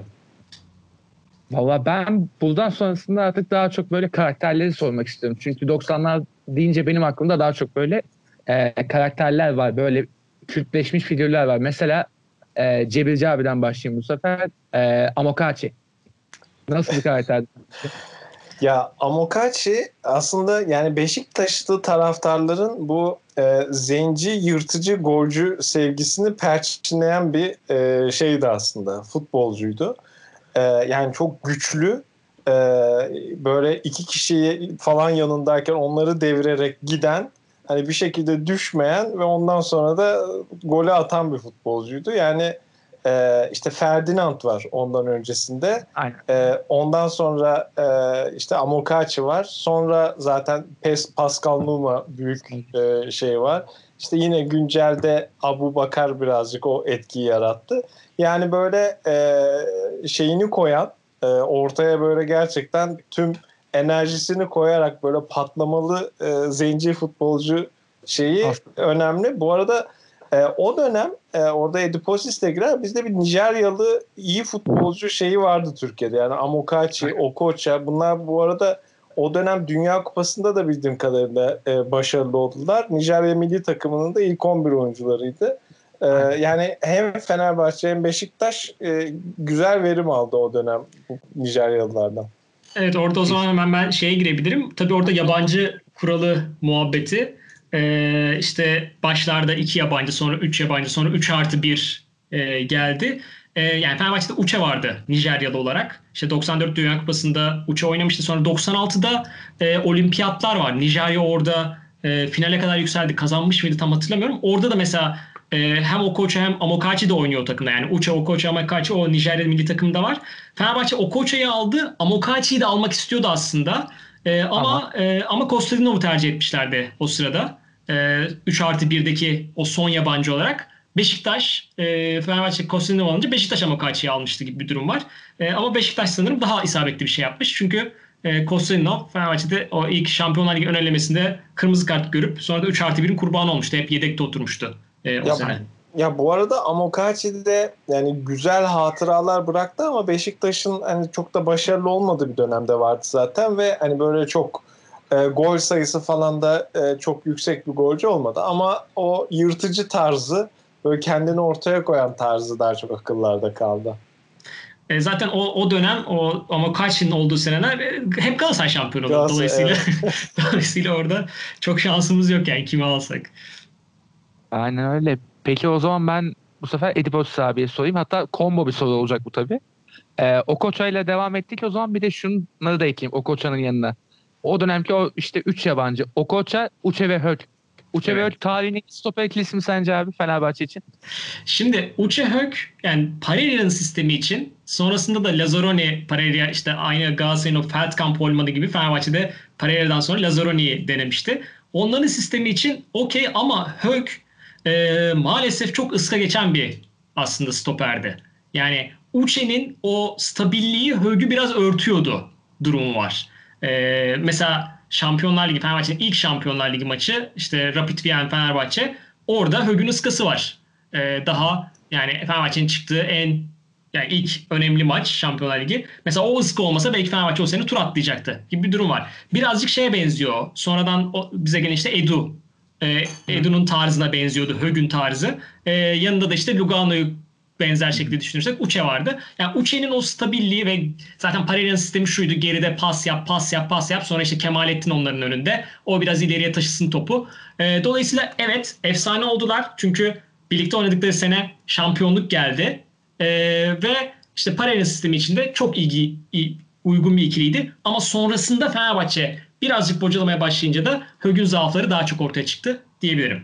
Valla ben buradan sonrasında artık daha çok böyle karakterleri sormak istiyorum. Çünkü doksanlar deyince benim aklımda daha çok böyle e, karakterler var. Böyle kültleşmiş figürler var. Mesela e, Cebirci abiden başlayayım bu sefer. E, Amokachi. Nasıl bir karakter? Ya Amokachi aslında yani Beşiktaşlı taraftarların bu e, zenci, yırtıcı, golcü sevgisini perçinleyen bir e, şeydi aslında. Futbolcuydu. E, yani çok güçlü, e, böyle iki kişiyi falan yanındayken onları devirerek giden hani bir şekilde düşmeyen ve ondan sonra da golü atan bir futbolcuydu. Yani e, işte Ferdinand var ondan öncesinde. Aynen. E, ondan sonra e, işte Amokachi var. Sonra zaten Pes, Pascal Nouma büyük e, şey var. İşte yine güncelde Abu Bakar birazcık o etkiyi yarattı. Yani böyle e, şeyini koyan, e, ortaya böyle gerçekten tüm enerjisini koyarak böyle patlamalı e, zenci futbolcu şeyi Aslında. önemli. Bu arada e, o dönem e, orada Ediposis de girer. Bizde bir Nijeryalı iyi futbolcu şeyi vardı Türkiye'de. Yani Amokachi, Okocha, bunlar bu arada o dönem Dünya Kupası'nda da bildiğim kadarıyla e, başarılı oldular. Nijerya milli takımının da ilk on bir oyuncularıydı. E, yani hem Fenerbahçe hem Beşiktaş e, güzel verim aldı o dönem bu Nijeryalılardan. Evet, orada o zaman hemen ben şeye girebilirim. Tabii orada yabancı kuralı muhabbeti. Ee, işte başlarda iki yabancı, sonra üç yabancı, sonra üç artı bir e, geldi. E, yani Fenerbahçe'de Uche vardı Nijeryalı olarak. İşte doksan dört Dünya Kupası'nda Uche oynamıştı. Sonra doksan altıda e, olimpiyatlar var. Nijerya orada e, finale kadar yükseldi. Kazanmış mıydı tam hatırlamıyorum. Orada da mesela e, hem Okocha hem Amokachi de oynuyor o takımda. Yani Uche, Okocha, Amokachi o Nijerya milli takımda var. Fenerbahçe Okocha'yı aldı. Amokachi'yi de almak istiyordu aslında. E, ama Ama- e, ama Kostadinov'u tercih etmişlerdi o sırada. E, üç artı birdeki o son yabancı olarak. Beşiktaş, e, Fenerbahçe Kostadinov alınca Beşiktaş Amokachi'yi almıştı gibi bir durum var. E, ama Beşiktaş sanırım daha isabetli bir şey yapmış. Çünkü e, Kostadinov Fenerbahçe'de o ilk Şampiyonlar Ligi ön elemesinde kırmızı kart görüp sonra da üç artı birin kurbanı olmuştu. Hep yedekte oturmuştu e, o Ya, sene. ya bu arada Amokachi'de yani güzel hatıralar bıraktı ama Beşiktaş'ın hani çok da başarılı olmadığı bir dönemde vardı zaten ve hani böyle çok e, gol sayısı falan da e, çok yüksek bir golcü olmadı ama o yırtıcı tarzı, böyle kendini ortaya koyan tarzı daha çok akıllarda kaldı. E, zaten o o dönem o Amokachi'nin olduğu seneler e, hep Galatasaray şampiyonu oldu. Galatasaray, Dolayısıyla evet. dolayısıyla orada çok şansımız yok yani kimi alsak. Aynen öyle. Peki o zaman ben bu sefer Ediposis abiye sorayım. Hatta combo bir soru olacak bu tabii. Ee, Okocha ile devam ettik. O zaman bir de şunları da ekleyeyim Okocha'nın yanına. O dönemki o işte üç yabancı. Okocha, Uche ve Hök. Uche ve Evet. Hök tarihinin stoper ikilisi mi sence abi Fenerbahçe için? Şimdi Uche Hök yani Pereira'nın sistemi için sonrasında da Lazzaroni Pereira işte aynı Galatasaray'ın o Feldkamp olmadığı gibi Fenerbahçe'de Pereira'dan sonra Lazzaroni'yi denemişti. Onların sistemi için okey ama Hök e, maalesef çok ıska geçen bir aslında stoperdi. Yani Uche'nin o stabilliği Hök'ü biraz örtüyordu durumu var. E, mesela Şampiyonlar Ligi Fenerbahçe'nin ilk Şampiyonlar Ligi maçı işte Rapid Wien Fenerbahçe orada Hök'ün ıskası var. Ee, daha yani Fenerbahçe'nin çıktığı en yani ilk önemli maç Şampiyonlar Ligi. Mesela o ıska olmasa belki Fenerbahçe o sene tur atlayacaktı gibi bir durum var. Birazcık şeye benziyor. Sonradan o, bize gelen işte Edu. Ee, Edu'nun tarzına benziyordu. Högün tarzı. Ee, yanında da işte Lugano'yu benzer şekilde düşünürsek Uche vardı. Yani Uche'nin o stabilliği ve zaten Pereira'nın sistemi şuydu. Geride pas yap, pas yap, pas yap. Sonra işte Kemalettin onların önünde. O biraz ileriye taşısın topu. Ee, dolayısıyla evet efsane oldular. Çünkü birlikte oynadıkları sene şampiyonluk geldi. Ee, ve işte Pereira sistemi içinde çok ilgi, iyi, uygun bir ikiliydi. Ama sonrasında Fenerbahçe birazcık bocalamaya başlayınca da Hög'ün zaafları daha çok ortaya çıktı diyebilirim.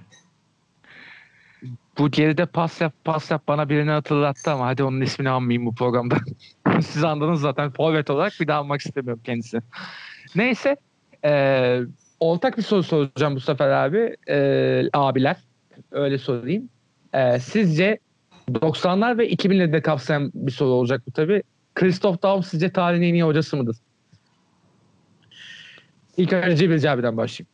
Bu geride pas yap pas yap bana birini hatırlattı ama hadi onun ismini anmayayım bu programda. Siz anladınız zaten forvet olarak bir daha almak istemiyorum kendisini. Neyse e, ortak bir soru soracağım bu sefer abi. E, abiler öyle sorayım. E, sizce doksanlar ve iki binleri de kapsayan bir soru olacak bu tabii. Christoph Daum sizce tarihin en iyi hocası mıdır? İlk önce Cibilci abiden başlayayım.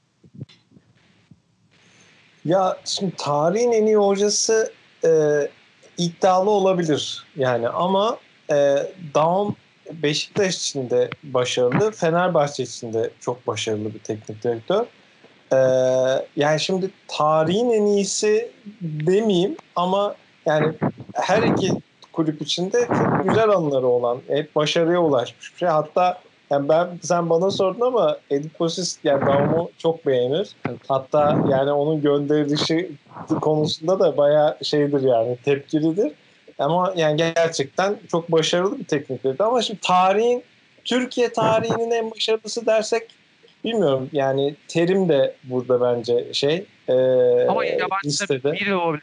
Ya şimdi tarihin en iyi hocası e, iddialı olabilir yani ama e, Daum Beşiktaş için de başarılı, Fenerbahçe için de çok başarılı bir teknik direktör. E, yani şimdi tarihin en iyisi demeyeyim ama yani her iki kulüp içinde çok güzel anıları olan, hep başarıya ulaşmış bir şey. Hatta yani ben sen bana sordun ama Ediposis yani Daum'u çok beğenir. Hatta yani onun gönderilişi konusunda da bayağı şeydir yani tepkilidir. Ama yani gerçekten çok başarılı bir teknik direktör. Ama şimdi tarihin Türkiye tarihinin en başarılısı dersek bilmiyorum yani terim de burada bence şey e, Ama yabancıda listede. biri olabilir.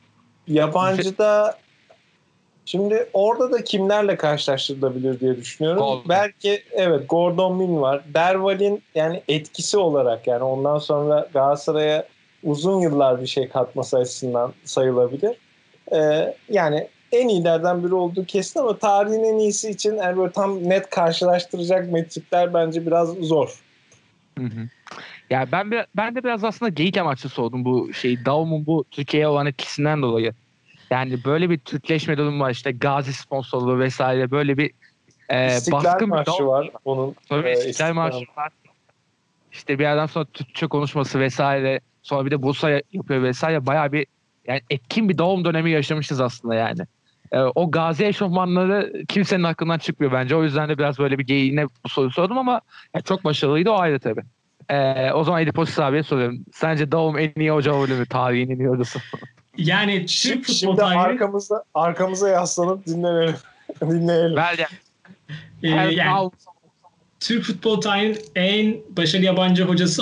Yabancıda şimdi orada da kimlerle karşılaştırılabilir diye düşünüyorum. Gordon. Belki evet Gordon Min var. Derval'in yani etkisi olarak yani ondan sonra Galatasaray'a uzun yıllar bir şey katması açısından sayılabilir. Ee, yani en iyilerden biri olduğu kesin ama tarihin en iyisi için yani böyle tam net karşılaştıracak metrikler bence biraz zor. Hı hı. Ya ben bir, ben de biraz aslında geyik amaçlı sordum bu şey Daum'un bu Türkiye'ye olan etkisinden dolayı. Yani böyle bir Türkleşme durumu var işte Gazi sponsorluğu vesaire böyle bir e, İstiklal baskın bir Marşı Daum var onun. Sonra e, İstiklal İstiklal Marşı var. İşte bir yerden sonra Türkçe konuşması vesaire. Sonra bir de Bursa yapıyor vesaire. Bayağı bir yani etkin bir doğum dönemi yaşamışız aslında yani. Ee, o Gazi eşofmanları kimsenin aklından çıkmıyor bence. O yüzden de biraz böyle bir geyiğine bu soruyu sordum ama yani çok başarılıydı o ayrı tabii. Ee, o zaman Ediposis abiye soruyorum. Sence Doğum en iyi hoca olabilir mi? Tarihin en iyi hocası. Yani Türk Şimdi, futbol şimdi tarihi arkamıza, arkamıza yaslanıp dinlenelim. dinleyelim. Ver ya. e, Her yani now- Türk futbol tarihinin en başarılı yabancı hocası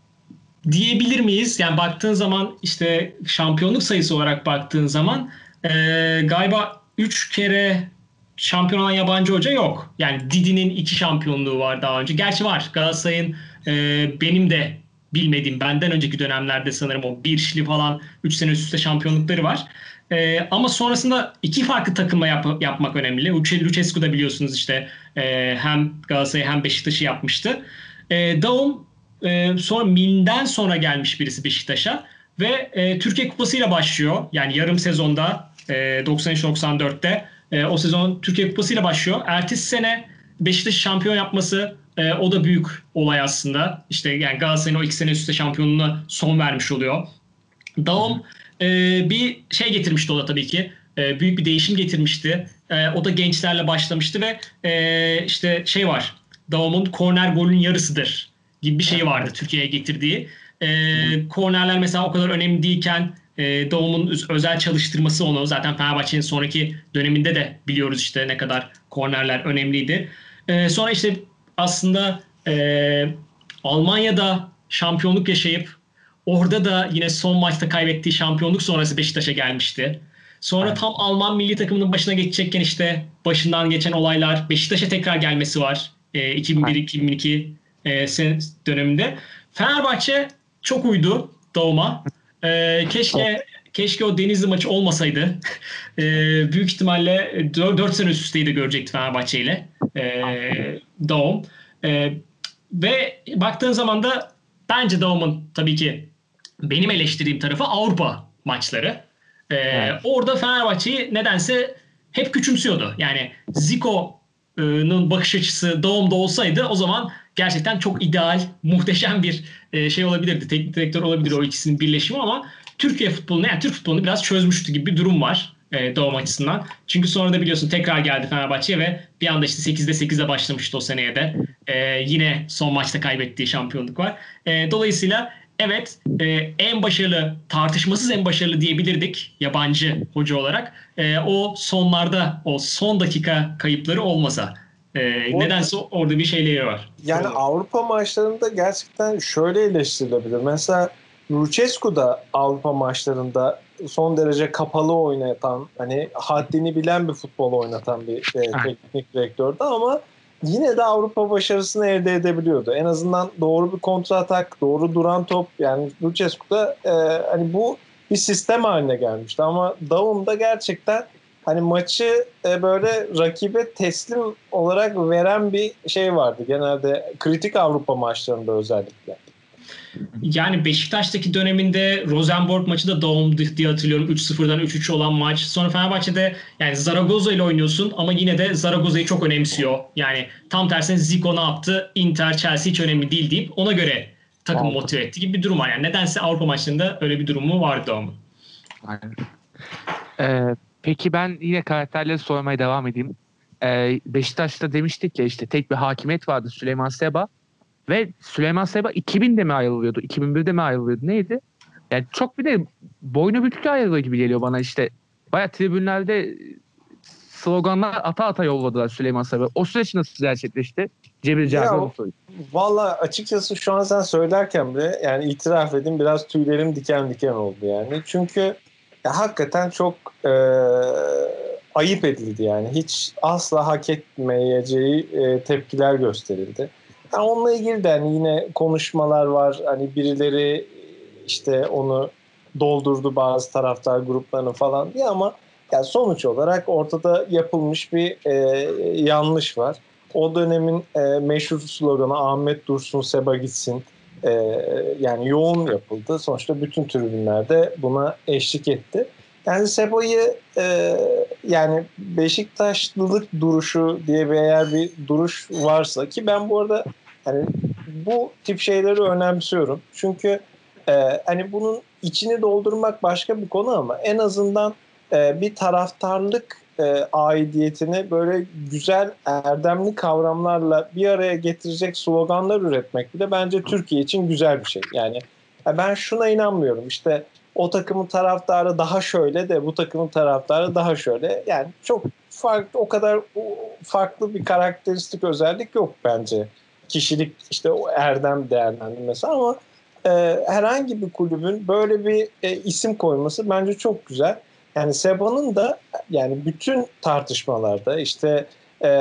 diyebilir miyiz? Yani baktığın zaman işte şampiyonluk sayısı olarak baktığın zaman e, galiba üç kere şampiyon olan yabancı hoca yok. Yani Didi'nin iki şampiyonluğu var daha önce. Gerçi var. Galatasaray'ın e, benim de bilmediğim benden önceki dönemlerde sanırım o bir şili falan üç sene üst üste şampiyonlukları var. E, ama sonrasında iki farklı takımla yap, yapmak önemli. Lucescu da biliyorsunuz işte e, hem Galatasaray'ı hem Beşiktaş'ı yapmıştı. E, Daum e, sonra Min'den sonra gelmiş birisi Beşiktaş'a ve e, Türkiye Kupası ile başlıyor. Yani yarım sezonda e, doksan üç doksan dörtte e, o sezon Türkiye Kupası ile başlıyor. Ertesi sene Beşiktaş'ı şampiyon yapması e, o da büyük olay aslında. İşte yani Galatasaray'ın o iki sene üst üste şampiyonluğuna son vermiş oluyor. Daum e, bir şey getirmişti o da tabii ki. E, büyük bir değişim getirmişti. E, o da gençlerle başlamıştı ve e, işte şey var. Daum'un korner golün yarısıdır gibi bir şey vardı Türkiye'ye getirdiği. E, kornerler mesela o kadar önemli değilken e, Daum'un özel çalıştırması onu. Zaten Fenerbahçe'nin sonraki döneminde de biliyoruz işte ne kadar kornerler önemliydi. E, sonra işte aslında e, Almanya'da şampiyonluk yaşayıp orada da yine son maçta kaybettiği şampiyonluk sonrası Beşiktaş'a gelmişti. Sonra tam Alman milli takımının başına geçecekken işte başından geçen olaylar, Beşiktaş'a tekrar gelmesi var. E, iki bin bir iki bin iki e, sen döneminde. Fenerbahçe çok uydu Daum'a. E, keşke keşke o Denizli maçı olmasaydı. e, büyük ihtimalle dört sene üst üsteyi de görecekti Fenerbahçe ile e, Daum. E, ve baktığın zaman da bence Daum'un tabii ki benim eleştirdiğim tarafı Avrupa maçları. Ee, evet. Orada Fenerbahçe'yi nedense hep küçümsüyordu. Yani Zico'nun bakış açısı Daum'da olsaydı o zaman gerçekten çok ideal, muhteşem bir şey olabilirdi. Teknik direktör olabilir o ikisinin birleşimi ama Türkiye futbolunu, yani Türk futbolunu biraz çözmüştü gibi bir durum var e, Daum açısından. Çünkü sonra da biliyorsun tekrar geldi Fenerbahçe'ye ve bir anda işte sekizde sekizle başlamıştı o seneye de. E, yine son maçta kaybettiği şampiyonluk var. E, dolayısıyla evet e, en başarılı, tartışmasız en başarılı diyebilirdik yabancı hoca olarak. E, o sonlarda, o son dakika kayıpları olmasa. E, nedense orada bir şeyleri var. Yani Sorun. Avrupa maçlarında gerçekten şöyle eleştirilebilir. Mesela Lucescu da Avrupa maçlarında son derece kapalı oynatan, hani haddini bilen bir futbol oynatan bir e, teknik direktördü ama yine de Avrupa başarısını elde edebiliyordu. En azından doğru bir kontra atak, doğru duran top. Yani Lucescu'da e, hani bu bir sistem haline gelmişti. Ama Daum'da gerçekten hani maçı e, böyle rakibe teslim olarak veren bir şey vardı. Genelde kritik Avrupa maçlarında özellikle. Yani Beşiktaş'taki döneminde Rosenborg maçı da Daum diye hatırlıyorum. üç sıfırdan üç üç olan maç. Sonra Fenerbahçe'de yani Zaragoza ile oynuyorsun ama yine de Zaragoza'yı çok önemsiyor. Yani tam tersine Zico ne yaptı? Inter, Chelsea hiç önemli değil deyip ona göre takım motive etti gibi bir durum var. Yani nedense Avrupa maçlarında öyle bir durumu vardı Daum'un. Aynen. Ee, peki ben yine karakterleri sormaya devam edeyim. Ee, Beşiktaş'ta demiştik ya işte tek bir hakimiyet vardı Süleyman Seba. Ve Süleyman Seba iki binde mi ayrılıyordu? iki bin birde mi ayrılıyordu? Neydi? Yani çok bir de boynu bükük ayrılıyor gibi geliyor bana işte. Bayağı tribünlerde sloganlar ata ata yolladılar Süleyman Seba. O süreç nasıl gerçekleşti? Cebir Cafer Ya, Ulusoy. Valla açıkçası şu an sen söylerken bile yani itiraf edeyim biraz tüylerim diken diken oldu yani. Çünkü ya, hakikaten çok e, ayıp edildi yani. Hiç asla hak etmeyeceği e, tepkiler gösterildi. Yani onunla ilgili de hani yine konuşmalar var. Hani birileri işte onu doldurdu bazı taraftar gruplarını falan diye ama yani sonuç olarak ortada yapılmış bir e, yanlış var. O dönemin e, meşhur sloganı Ahmet Dursun Seba gitsin. E, yani yoğun yapıldı. Sonuçta bütün tribünlerde buna eşlik etti. Yani Seba'yı e, yani Beşiktaşlılık duruşu diye bir eğer bir duruş varsa ki ben bu arada hani bu tip şeyleri önemsiyorum. Çünkü e, hani bunun içini doldurmak başka bir konu ama en azından e, bir taraftarlık e, aidiyetini böyle güzel erdemli kavramlarla bir araya getirecek sloganlar üretmek bile bence Türkiye için güzel bir şey. Yani ya ben şuna inanmıyorum işte o takımın taraftarı daha şöyle de bu takımın taraftarı daha şöyle. Yani çok farklı o kadar farklı bir karakteristik özellik yok bence. Kişilik işte o erdem değerlendirmesi ama e, herhangi bir kulübün böyle bir e, isim koyması bence çok güzel. Yani Seba'nın da yani bütün tartışmalarda işte e,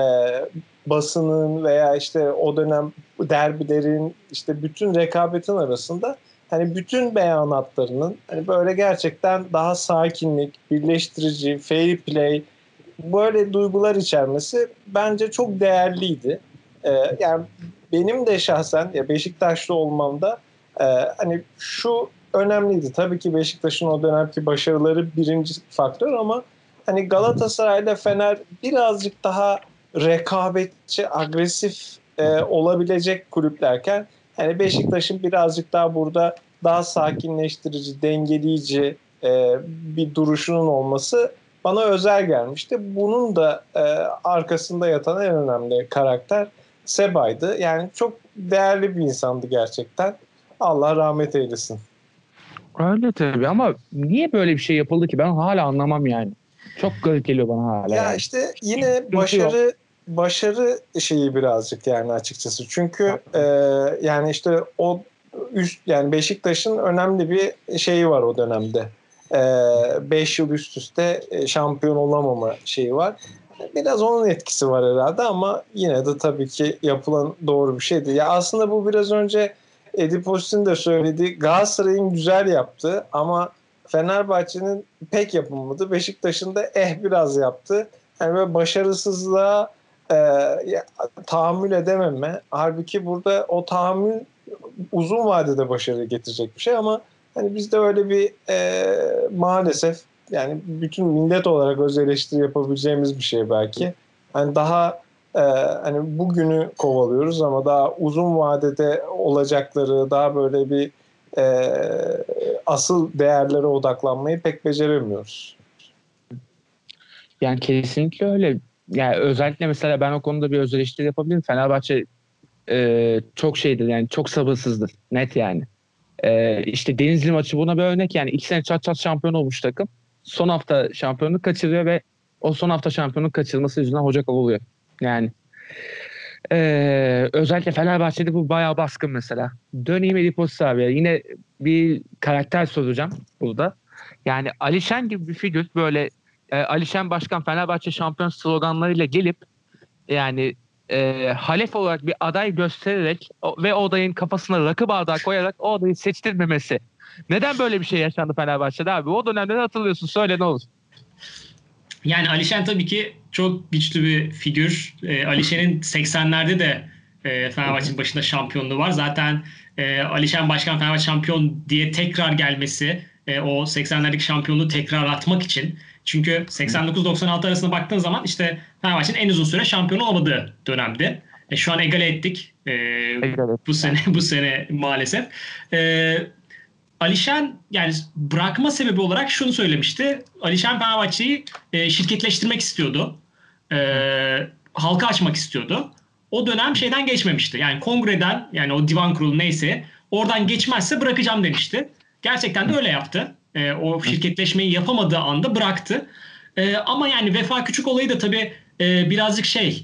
basının veya işte o dönem derbilerin işte bütün rekabetin arasında hani bütün beyanatlarının hani böyle gerçekten daha sakinlik, birleştirici, fair play böyle duygular içermesi bence çok değerliydi. Ee, yani benim de şahsen ya Beşiktaşlı olmamda e, hani şu önemliydi. Tabii ki Beşiktaş'ın o dönemki başarıları birinci faktör ama hani Galatasaray'la Fener birazcık daha rekabetçi, agresif e, olabilecek kulüplerken hani Beşiktaş'ın birazcık daha burada daha sakinleştirici, dengeleyici e, bir duruşunun olması bana özel gelmişti. Bunun da e, arkasında yatan en önemli karakter Seba'ydı. Yani çok değerli bir insandı gerçekten. Allah rahmet eylesin. Öyle tabii ama niye böyle bir şey yapıldı ki ben hala anlamam yani. Çok garip geliyor bana hala Ya yani. işte yine başarı başarı şeyi birazcık yani açıkçası. Çünkü e, yani işte o üst yani Beşiktaş'ın önemli bir şeyi var o dönemde. Beş yıl üst üste şampiyon olamama şeyi var. Biraz onun etkisi var herhalde ama yine de tabii ki yapılan doğru bir şeydi. Ya aslında bu biraz önce Edip Ostin de söyledi. Galatasaray'ın güzel yaptığı ama Fenerbahçe'nin pek yapamadı. Beşiktaş'ın da eh biraz yaptı. Yani böyle başarısızlığa e, ya, tahammül edememe. Halbuki burada o tahammül uzun vadede başarı getirecek bir şey ama hani bizde öyle bir e, maalesef yani bütün millet olarak öz eleştiri yapabileceğimiz bir şey belki. Hani daha e, hani bugünü kovalıyoruz ama daha uzun vadede olacakları daha böyle bir e, asıl değerlere odaklanmayı pek beceremiyoruz. Yani kesinlikle öyle. Yani özellikle mesela ben o konuda bir öz eleştiri yapabilirim. Fenerbahçe e, çok şeydir yani çok sabırsızdır. Net yani. E, işte Denizli maçı buna bir örnek yani. iki sene çat çat şampiyon olmuş takım. Son hafta şampiyonluk kaçırıyor ve o son hafta şampiyonluk kaçırılması yüzünden hoca kovuluyor. Yani e, özellikle Fenerbahçe'de bu bayağı baskın mesela. Döneyim Edip Ostin abiye. Yine bir karakter soracağım burada. Yani Alişen gibi bir figür böyle e, Alişen Başkan Fenerbahçe şampiyon sloganlarıyla gelip yani e, halef olarak bir aday göstererek o, ve o adayın kafasına rakı bardağı koyarak o adayı seçtirmemesi. Neden böyle bir şey yaşandı Fenerbahçe'de abi? O dönemde hatırlıyorsun. Söyle ne olur. Yani Alişen tabii ki çok güçlü bir figür. E, Alişen'in seksenlerde de e, Fenerbahçe'nin başında şampiyonluğu var. Zaten e, Alişen Başkan Fenerbahçe şampiyon diye tekrar gelmesi e, o seksenlerdeki şampiyonluğu tekrar atmak için. Çünkü seksen dokuz doksan altı arasında baktığın zaman işte Fenerbahçe'nin en uzun süre şampiyon olamadığı dönemdi. E, şu an egale ettik. E, bu sene bu sene maalesef. E, Alişen yani bırakma sebebi olarak şunu söylemişti. Alişen Fenerbahçe'yi e, şirketleştirmek istiyordu. E, halka açmak istiyordu. O dönem şeyden geçmemişti. Yani kongreden yani o divan kurulu neyse oradan geçmezse bırakacağım demişti. Gerçekten de öyle yaptı. E, o şirketleşmeyi yapamadığı anda bıraktı. E, ama yani Vefa Küçük olayı da tabii e, birazcık şey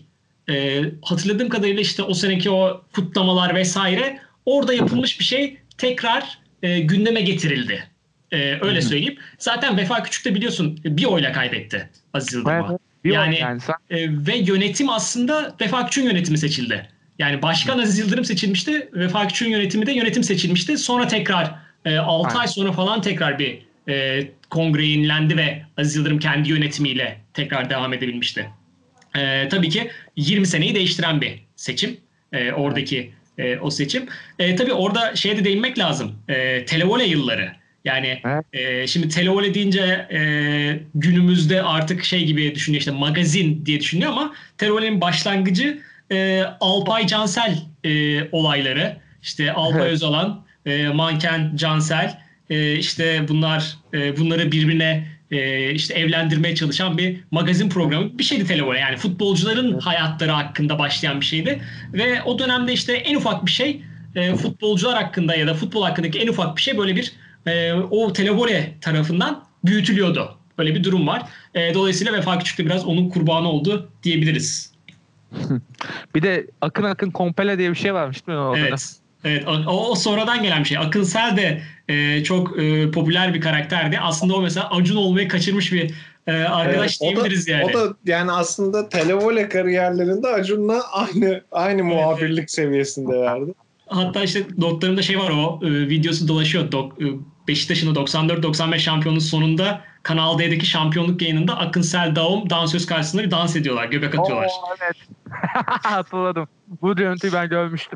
e, hatırladığım kadarıyla işte o seneki o kutlamalar vesaire orada yapılmış bir şey tekrar e, gündeme getirildi. E, öyle söyleyeyim. Zaten Vefa Küçük de biliyorsun bir oyla kaybetti Aziz Yıldırım'a. Evet, bir yani oy yani sen- e, ve yönetim aslında Vefa Küçük'ün yönetimi seçildi. Yani Başkan Aziz Yıldırım seçilmişti. Vefa Küçük'ün yönetimi de yönetim seçilmişti. Sonra tekrar e, altı ay sonra falan tekrar bir e, kongre yenilendi ve Aziz Yıldırım kendi yönetimiyle tekrar devam edebilmişti. E, tabii ki yirmi seneyi değiştiren bir seçim. E, oradaki e, o seçim. E, tabii orada şeye de değinmek lazım. E, televole yılları. Yani Evet. e, şimdi televole deyince e, günümüzde artık şey gibi düşünüyor, işte magazin diye düşünüyor ama televolenin başlangıcı e, Alpay Cansel e, olayları. İşte Alpay Evet. Özalan, e, manken Cansel, e, işte bunlar e, bunları birbirine e, işte evlendirmeye çalışan bir magazin programı bir şeydi televole. Yani futbolcuların hayatları hakkında başlayan bir şeydi ve o dönemde işte en ufak bir şey e, futbolcular hakkında ya da futbol hakkındaki en ufak bir şey böyle bir e, o televole tarafından büyütülüyordu. Böyle bir durum var. E, dolayısıyla Vefa Küçük de biraz onun kurbanı oldu diyebiliriz. Bir de Akın Akın Kompela diye bir şey varmış değil mi o dönem? Evet. Evet, o, o sonradan gelen bir şey. Akın Sel de e, çok e, popüler bir karakterdi. Aslında o mesela Acun olmayı kaçırmış bir e, arkadaş Evet, o da, diyebiliriz yani. O da yani aslında televole kariyerlerinde Acun'la aynı aynı muhabirlik seviyesindelerdi. Hatta işte notlarımda şey var, o e, videosu dolaşıyor. Dok, e, Beşiktaş'ın doksan dört doksan beş şampiyonluğun sonunda Kanal D'deki şampiyonluk yayınında Akın Sel Dağım dansöz karşısında bir dans ediyorlar. Göbek atıyorlar. Oo, evet. Hatırladım. Bu görüntüyü ben görmüştüm.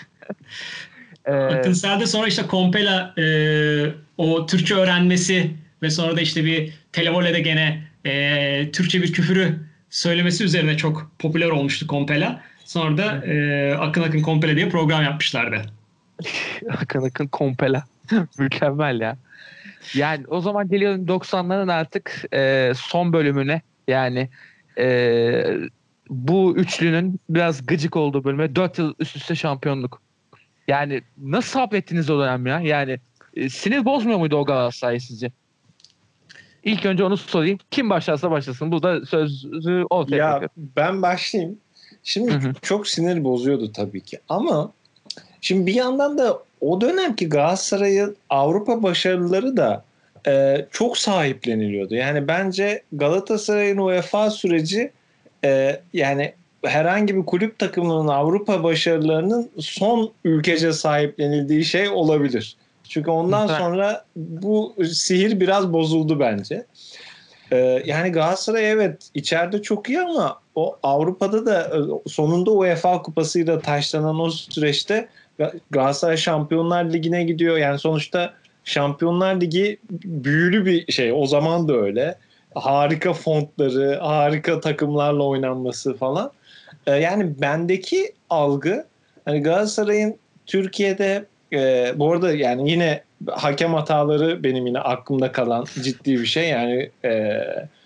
Ee, Akın Sel de sonra işte Kompela e, o Türkçe öğrenmesi ve sonra da işte bir televole'de gene e, Türkçe bir küfürü söylemesi üzerine çok popüler olmuştu Kompela. Sonra da e, Akın Akın Kompela diye program yapmışlardı. Akın Akın Kompela. Mükemmel ya. Yani o zaman geliyorum doksanların artık e, son bölümüne. Yani e, bu üçlünün biraz gıcık olduğu bölüme dört yıl üst üste şampiyonluk. Yani nasıl sabrettiniz o dönem ya? Yani e, sinir bozmuyor muydu o Galatasaray sizce? İlk önce onu sorayım. Kim başlarsa başlasın. Bu da sözü ortaya Ya bırakıyorum. ben başlayayım. Şimdi Hı hı. çok sinir bozuyordu tabii ki ama şimdi bir yandan da o dönemki Galatasaray'ın Avrupa başarıları da e, çok sahipleniliyordu. Yani bence Galatasaray'ın UEFA süreci e, yani herhangi bir kulüp takımının Avrupa başarılarının son ülkece sahiplenildiği şey olabilir. Çünkü ondan Muhtemelen. sonra bu sihir biraz bozuldu bence. Ee, yani Galatasaray evet içeride çok iyi ama o Avrupa'da da sonunda UEFA kupasıyla taşlanan o süreçte Galatasaray Şampiyonlar Ligi'ne gidiyor. Yani sonuçta Şampiyonlar Ligi büyülü bir şey. O zaman da öyle. Harika fontları, harika takımlarla oynanması falan. Ee, yani bendeki algı hani Galatasaray'ın Türkiye'de e, bu arada yani yine hakem hataları benim yine aklımda kalan ciddi bir şey. Yani e,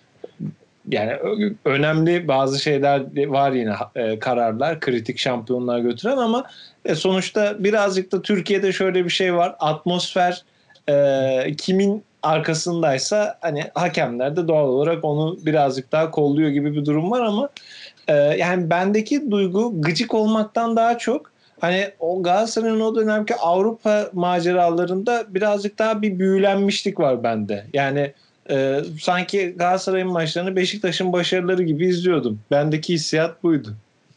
yani önemli bazı şeyler var yine e, kararlar, kritik şampiyonluğa götüren ama e, sonuçta birazcık da Türkiye'de şöyle bir şey var. Atmosfer e, kimin arkasındaysa hani hakemler de doğal olarak onu birazcık daha kolluyor gibi bir durum var ama e, yani bendeki duygu gıcık olmaktan daha çok hani o Galatasaray'ın o dönemki Avrupa maceralarında birazcık daha bir büyülenmişlik var bende. Yani e, sanki Galatasaray'ın maçlarını Beşiktaş'ın başarıları gibi izliyordum. Bendeki hissiyat buydu.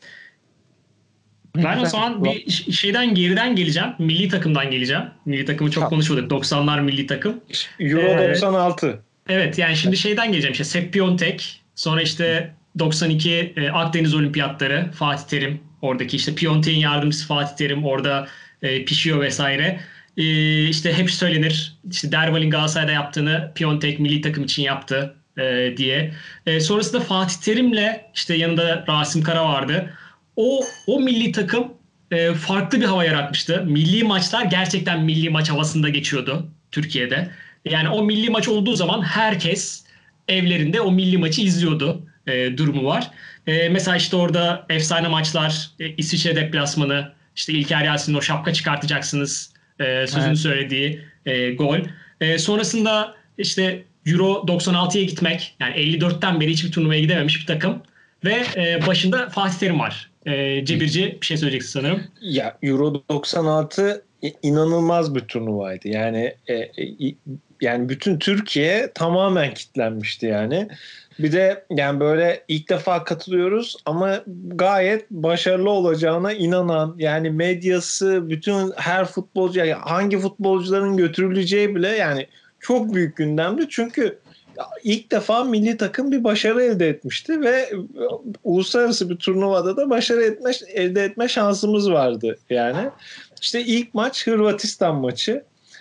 Ben o zaman bir şeyden geriden geleceğim. Milli takımdan geleceğim. Milli takımı çok Tamam. konuşmadık. doksanlar milli takım. Euro Ee, doksan altı. Evet, yani şimdi şeyden geleceğim. İşte Sepp Piontek, sonra işte doksan iki e, Akdeniz Olimpiyatları, Fatih Terim. Oradaki işte Piontek'in yardımcısı Fatih Terim orada e, pişiyor vesaire. E, işte hep söylenir. İşte Derval'in Galatasaray'da yaptığını Piontek milli takım için yaptı e, diye. E, sonrasında Fatih Terim'le işte yanında Rasim Kara vardı. O o milli takım e, farklı bir hava yaratmıştı. Milli maçlar gerçekten milli maç havasında geçiyordu Türkiye'de. Yani o milli maç olduğu zaman herkes evlerinde o milli maçı izliyordu e, durumu var. E, mesela işte orada efsane maçlar, e, İsviçre deplasmanı, işte İlker Yasin'in o şapka çıkartacaksınız e, sözünü Evet. söylediği e, gol. E, sonrasında işte Euro doksan altıya gitmek, yani elli dörtten beri hiçbir turnuvaya gidememiş bir takım ve e, başında Fatih Terim var. E, Cebirci bir şey söyleyeceksin sanırım. Ya Euro doksan altı inanılmaz bir turnuvaydı. Yani e, e, yani bütün Türkiye tamamen kitlenmişti yani. Bir de yani böyle ilk defa katılıyoruz ama gayet başarılı olacağına inanan, yani medyası, bütün her futbolcu, yani hangi futbolcuların götürüleceği bile yani çok büyük gündemdi. Çünkü ilk defa milli takım bir başarı elde etmişti ve uluslararası bir turnuvada da başarı etme, elde etme şansımız vardı yani. İşte ilk maç Hırvatistan maçı.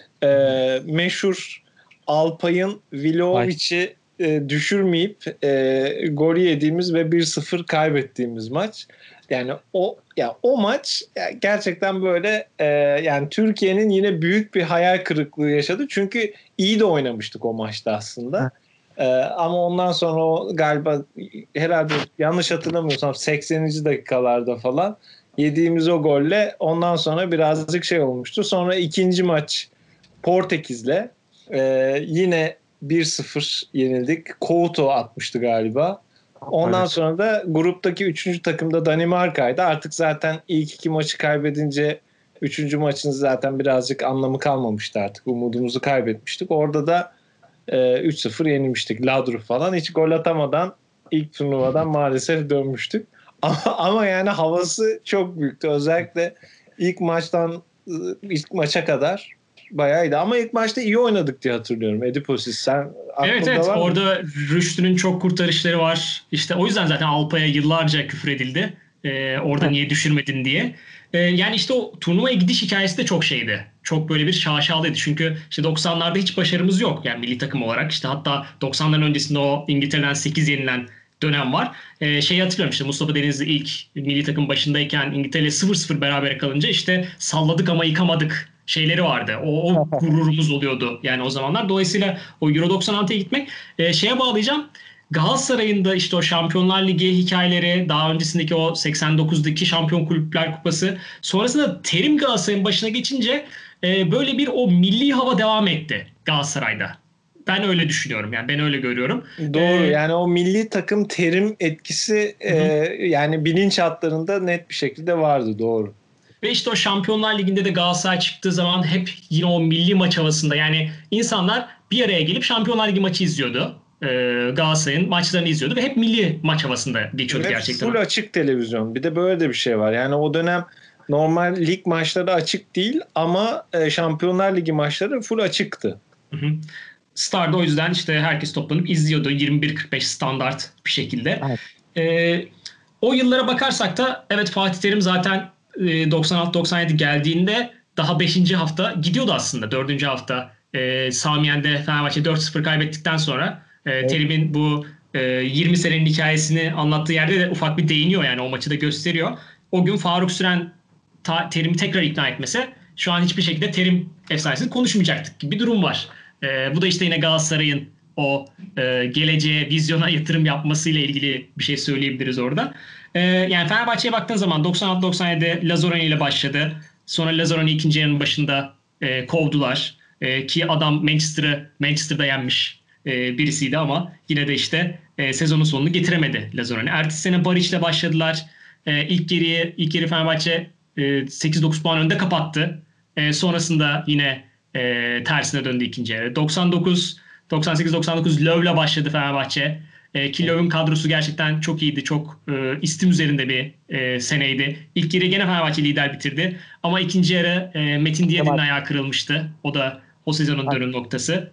Ee, meşhur Alpay'ın Vlahovic'i e, düşürmeyip e, golü yediğimiz ve bir sıfır kaybettiğimiz maç. Yani o ya o maç gerçekten böyle e, yani Türkiye'nin yine büyük bir hayal kırıklığı yaşadı. Çünkü iyi de oynamıştık o maçta aslında. E, ama ondan sonra o galiba herhalde yanlış hatırlamıyorsam sekseninci dakikalarda falan yediğimiz o golle ondan sonra birazcık şey olmuştu. Sonra ikinci maç Portekiz'le e, yine bir sıfır yenildik. Couto atmıştı galiba. Ondan evet. sonra da gruptaki üçüncü takımda Danimarka'ydı. Artık zaten ilk iki maçı kaybedince üçüncü maçın zaten birazcık anlamı kalmamıştı artık. Umudumuzu kaybetmiştik. Orada da e, üç sıfır yenilmiştik. Ladruf falan. Hiç gol atamadan ilk turnuvadan maalesef dönmüştük. Ama, ama yani havası çok büyüktü. Özellikle ilk maçtan ilk maça kadar bayağı iyiydi. Ama ilk maçta iyi oynadık diye hatırlıyorum. Ediposis sen evet evet var orada Rüştü'nün çok kurtarışları var. İşte o yüzden zaten Alpay'a yıllarca küfür edildi. Ee, orada niye düşürmedin diye. Ee, yani işte o turnuvaya gidiş hikayesi de çok şeydi. Çok böyle bir şaşalıydı. Çünkü işte doksanlarda hiç başarımız yok. Yani milli takım olarak. İşte hatta doksanların öncesinde o İngiltere'den sekiz yenilen dönem var. Ee, şeyi hatırlıyorum işte Mustafa Denizli ilk milli takım başındayken İngiltere sıfır sıfır berabere kalınca işte salladık ama yıkamadık şeyleri vardı. O, o gururumuz oluyordu yani o zamanlar. Dolayısıyla o Euro doksan altıya gitmek e, şeye bağlayacağım. Galatasaray'ın da işte o Şampiyonlar Ligi hikayeleri, daha öncesindeki o seksen dokuzdaki Şampiyon Kulüpler Kupası, sonrasında Terim Galatasaray'ın başına geçince e, böyle bir o milli hava devam etti Galatasaray'da. Ben öyle düşünüyorum yani ben öyle görüyorum. Doğru ee, yani o milli takım terim etkisi e, yani bilinç hatlarında net bir şekilde vardı, doğru. Ve işte o Şampiyonlar Ligi'nde de Galatasaray çıktığı zaman hep yine o milli maç havasında, yani insanlar bir araya gelip Şampiyonlar Ligi maçı izliyordu. Ee, Galatasaray'ın maçlarını izliyordu ve hep milli maç havasında geçiyordu ve gerçekten. Full açık televizyon. Bir de böyle de bir şey var. Yani o dönem normal lig maçları açık değil ama e, Şampiyonlar Ligi maçları full açıktı. Hı hı. Star'da o yüzden işte herkes toplanıp izliyordu yirmi bir kırk beş standart bir şekilde. Evet. Ee, o yıllara bakarsak da evet Fatih Terim zaten e, doksan altı doksan yedi geldiğinde daha beşinci hafta gidiyordu aslında. dördüncü hafta e, Samiyen'de Fenerbahçe dört sıfır kaybettikten sonra e, evet. Terim'in bu e, yirmi senenin hikayesini anlattığı yerde de ufak bir değiniyor, yani o maçı da gösteriyor. O gün Faruk Süren ta, Terim'i tekrar ikna etmese şu an hiçbir şekilde Terim efsanesini konuşmayacaktık gibi bir durum var. Ee, bu da işte yine Galatasaray'ın o e, geleceğe, vizyona yatırım yapmasıyla ilgili bir şey söyleyebiliriz orada. Ee, yani Fenerbahçe'ye baktığın zaman doksan altı doksan yedi Lazaroni ile başladı. Sonra Lazaroni ikinci yarının başında e, kovdular. E, ki adam Manchester'ı Manchester'da yenmiş e, birisiydi ama yine de işte e, sezonun sonunu getiremedi Lazaroni. Ertesi sene Barış'la başladılar. E, ilk geriye ilk geri Fenerbahçe e, sekiz dokuz puan önde kapattı. E, sonrasında yine E, tersine döndü ikinci yarı. doksan dokuz doksan sekiz doksan dokuz Löw'le başladı Fenerbahçe. E, ki Löw'ün kadrosu gerçekten çok iyiydi. Çok e, istim üzerinde bir e, seneydi. İlk yarı gene Fenerbahçe lider bitirdi. Ama ikinci yarı e, Metin Diyadin'in ayağı kırılmıştı. O da o sezonun dönüm noktası.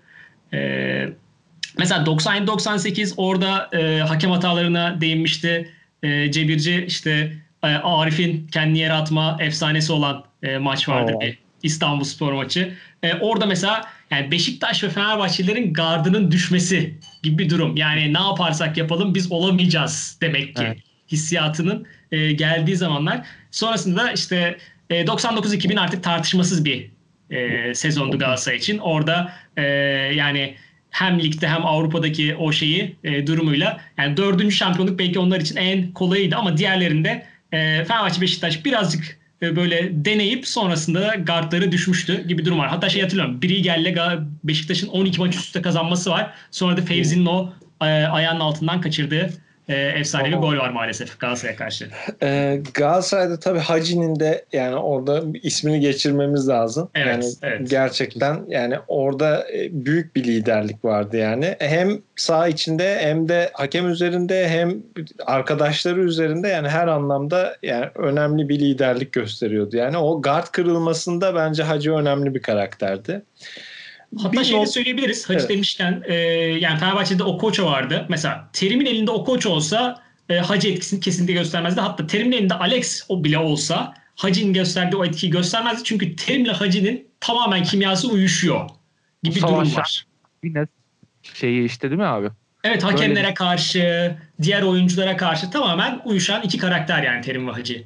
E, mesela doksan yedi doksan sekiz orada e, hakem hatalarına değinmişti. E, Cebirci işte e, Arif'in kendi yere atma efsanesi olan e, maç vardı bir. İstanbulspor maçı. Ee, orada mesela yani Beşiktaş ve Fenerbahçelilerin gardının düşmesi gibi bir durum. Yani ne yaparsak yapalım biz olamayacağız demek ki, evet. Hissiyatının e, geldiği zamanlar. Sonrasında işte e, doksan dokuz iki bin artık tartışmasız bir e, sezondu Galatasaray için. Orada e, yani hem ligde hem Avrupa'daki o şeyi e, durumuyla yani dördüncü şampiyonluk belki onlar için en kolayıydı ama diğerlerinde e, Fenerbahçe Beşiktaş birazcık böyle deneyip sonrasında da gardları düşmüştü gibi durum var. Hatta şey hatırlıyorum. Brigel'le Beşiktaş'ın on iki maç üst üste kazanması var. Sonra da Fevzi'nin o ayağının altından kaçırdığı e, efsane bir gol var maalesef Galatasaray'a karşı. Ee, Galatasaray'da tabii Hacı'nin de yani orada ismini geçirmemiz lazım. Evet, yani evet. gerçekten yani orada büyük bir liderlik vardı yani. Hem saha içinde hem de hakem üzerinde hem arkadaşları üzerinde yani her anlamda yani önemli bir liderlik gösteriyordu. Yani o guard kırılmasında bence Hacı önemli bir karakterdi. Hatta Bir şey de not- söyleyebiliriz. Hacı Evet. demişken e, yani Fenerbahçe'de Okocha vardı. Mesela Terim'in elinde Okocha olsa e, Hacı etkisini kesinlikle göstermezdi. Hatta Terim'in elinde Alex o bile olsa Hacı'nın gösterdiği o etkiyi göstermezdi. Çünkü Terim'le Hacı'nın tamamen kimyası uyuşuyor gibi bir durum Savaşlar. var. Yine şeyi işte değil mi abi? Evet, hakemlere Böyle- karşı, diğer oyunculara karşı tamamen uyuşan iki karakter yani Terim ve Hacı.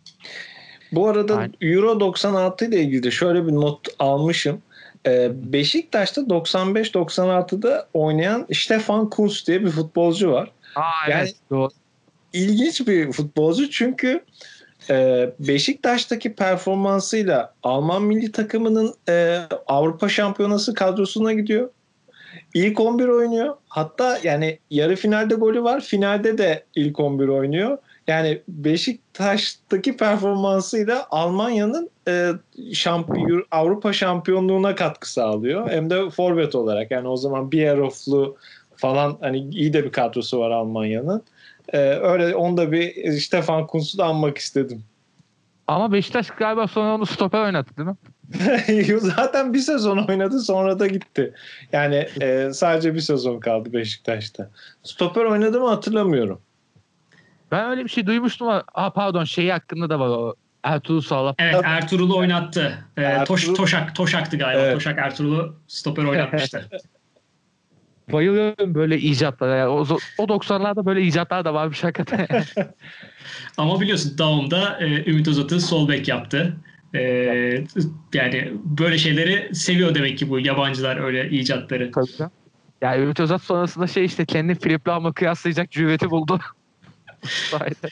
Bu arada Aynen. Euro doksan altı ile ilgili de şöyle bir not almışım. Ee, Beşiktaş'ta doksan beş doksan altıda oynayan Stefan Kuntz diye bir futbolcu var. Aa Yani- evet. Doğru. İlginç bir futbolcu çünkü e, Beşiktaş'taki performansıyla Alman milli takımının e, Avrupa Şampiyonası kadrosuna gidiyor. İlk on bir oynuyor. Hatta yani yarı finalde golü var. Finalde de ilk on bir oynuyor. Yani Beşiktaş'taki performansıyla Almanya'nın e, şampiyon, Avrupa şampiyonluğuna katkı sağlıyor. Hem de forvet olarak. Yani o zaman Bierhoff'lu falan hani iyi de bir kadrosu var Almanya'nın. E, öyle onu da bir Stefan Kuntz'u da anmak istedim. Ama Beşiktaş galiba sonra onu stoper oynattı değil mi? Zaten bir sezon oynadı sonra da gitti. Yani e, sadece bir sezon kaldı Beşiktaş'ta. Stoper oynadı mı hatırlamıyorum. Ben öyle bir şey duymuştum ama aa, pardon şeyi hakkında da var o. Ertuğrul Sağlam. Evet, Tabii. Ertuğrul'u oynattı. Ee, Ertuğrul- Toş, Toşak, Toşak'tı galiba. Evet. Toşak Ertuğrul'u stoper oynatmıştı. Bayılıyorum böyle icatlara. Yani o, o doksanlarda böyle icatlar da varmış hakikaten. Ama biliyorsun Daum'da e, Ümit Özat'ı sol bek yaptı. E, yani böyle şeyleri seviyor demek ki bu yabancılar, öyle icatları. Tabii canım. Yani Ümit Özat sonrasında şey işte kendi Filip Lahm'la kıyaslayacak cüreti buldu. Sayede.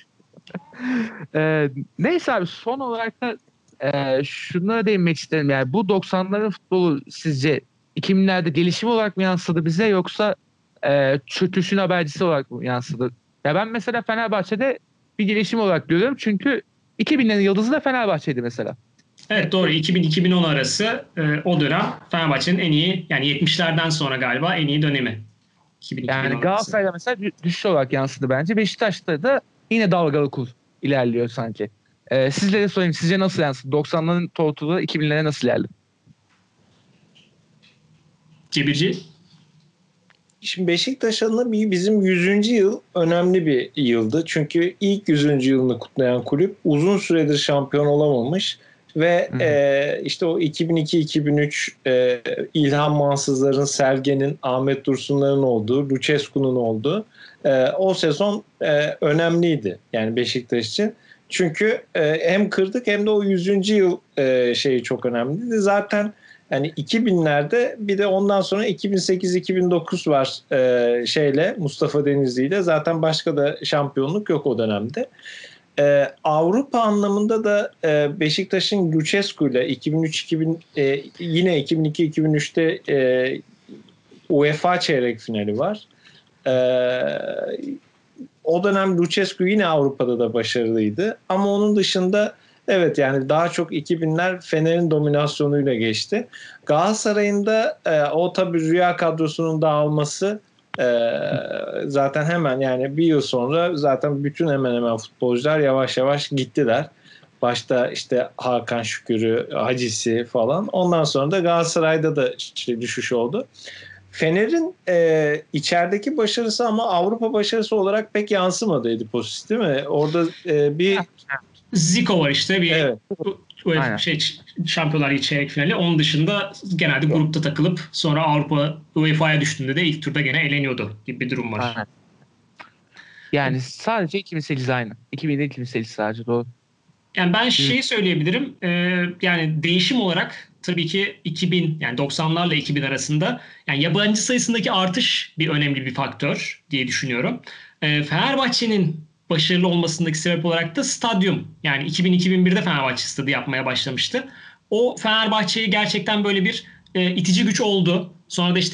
ee, neyse abi son olarak da e, şunlara değinmek isterim. Yani bu doksanların futbolu sizce iki binlerde gelişim olarak mı yansıdı bize yoksa e, çöküşün habercisi olarak mı yansıdı? Ya ben mesela Fenerbahçe'de bir gelişim olarak görüyorum. Çünkü iki binlerin yıldızı da Fenerbahçe'ydi mesela. Evet, doğru. iki bin iki bin on arası e, o dönem Fenerbahçe'nin en iyi, yani yetmişlerden sonra galiba en iyi dönemi. iki bin iki bin on Yani arası. Galatasaray'da mesela dü- düşüş olarak yansıdı bence. Beşiktaş'ta da yine dalgalı kur ilerliyor sanki. Ee, sizlere sorayım. Sizce nasıl yansıdı? doksanların tortulu iki binlere nasıl ilerledi? Cebirci. Şimdi Beşiktaş adına bir- bizim yüzüncü yıl önemli bir yıldı. Çünkü ilk yüzüncü yılını kutlayan kulüp uzun süredir şampiyon olamamış ve Hı hı. e, işte o iki bin iki iki bin üç e, İlhan Mansızların, Sergen'in, Ahmet Dursunların olduğu, Lucescu'nun olduğu e, o sezon e, önemliydi yani Beşiktaş için. Çünkü e, hem kırdık hem de o yüzüncü yıl e, şeyi çok önemliydi. Zaten yani iki binlerde bir de ondan sonra iki bin sekiz iki bin dokuz var e, şeyle Mustafa Denizli ile, zaten başka da şampiyonluk yok o dönemde. E, Avrupa anlamında da e, Beşiktaş'ın Lucescu ile iki bin üç iki bin e, yine iki bin iki iki bin üçte e, UEFA çeyrek finali var. E, o dönem Lucescu yine Avrupa'da da başarılıydı ama onun dışında evet yani daha çok iki binler Fener'in dominasyonuyla geçti. Galatasaray'ın da e, o tabii rüya kadrosunun dağılması e, zaten hemen yani bir yıl sonra zaten bütün hemen hemen futbolcular yavaş yavaş gittiler. Başta işte Hakan Şükür'ü, Hacı'si falan. Ondan sonra da Galatasaray'da da işte düşüş oldu. Fener'in e, içerideki başarısı ama Avrupa başarısı olarak pek yansımadı Ediposis, değil mi? Orada e, bir Zico var işte bir evet. UEFA şey, Şampiyonlar Ligi çeyrek finali. Onun dışında genelde grupta takılıp sonra Avrupa U E F A'ya düştüğünde de ilk turda gene eleniyordu gibi bir durum var. Aynen. Yani sadece iki bin sekiz aynı. iki bin iki bin sekiz sadece doğru. Yani ben şeyi söyleyebilirim. E, yani değişim olarak tabii ki iki bin yani doksanlarla iki bin arasında yani yabancı sayısındaki artış bir önemli bir faktör diye düşünüyorum. E, Fenerbahçe'nin başarılı olmasındaki sebep olarak da stadyum. Yani iki bin iki bin birde Fenerbahçe stadı yapmaya başlamıştı. O Fenerbahçe'yi gerçekten böyle bir e, itici güç oldu. Sonra da işte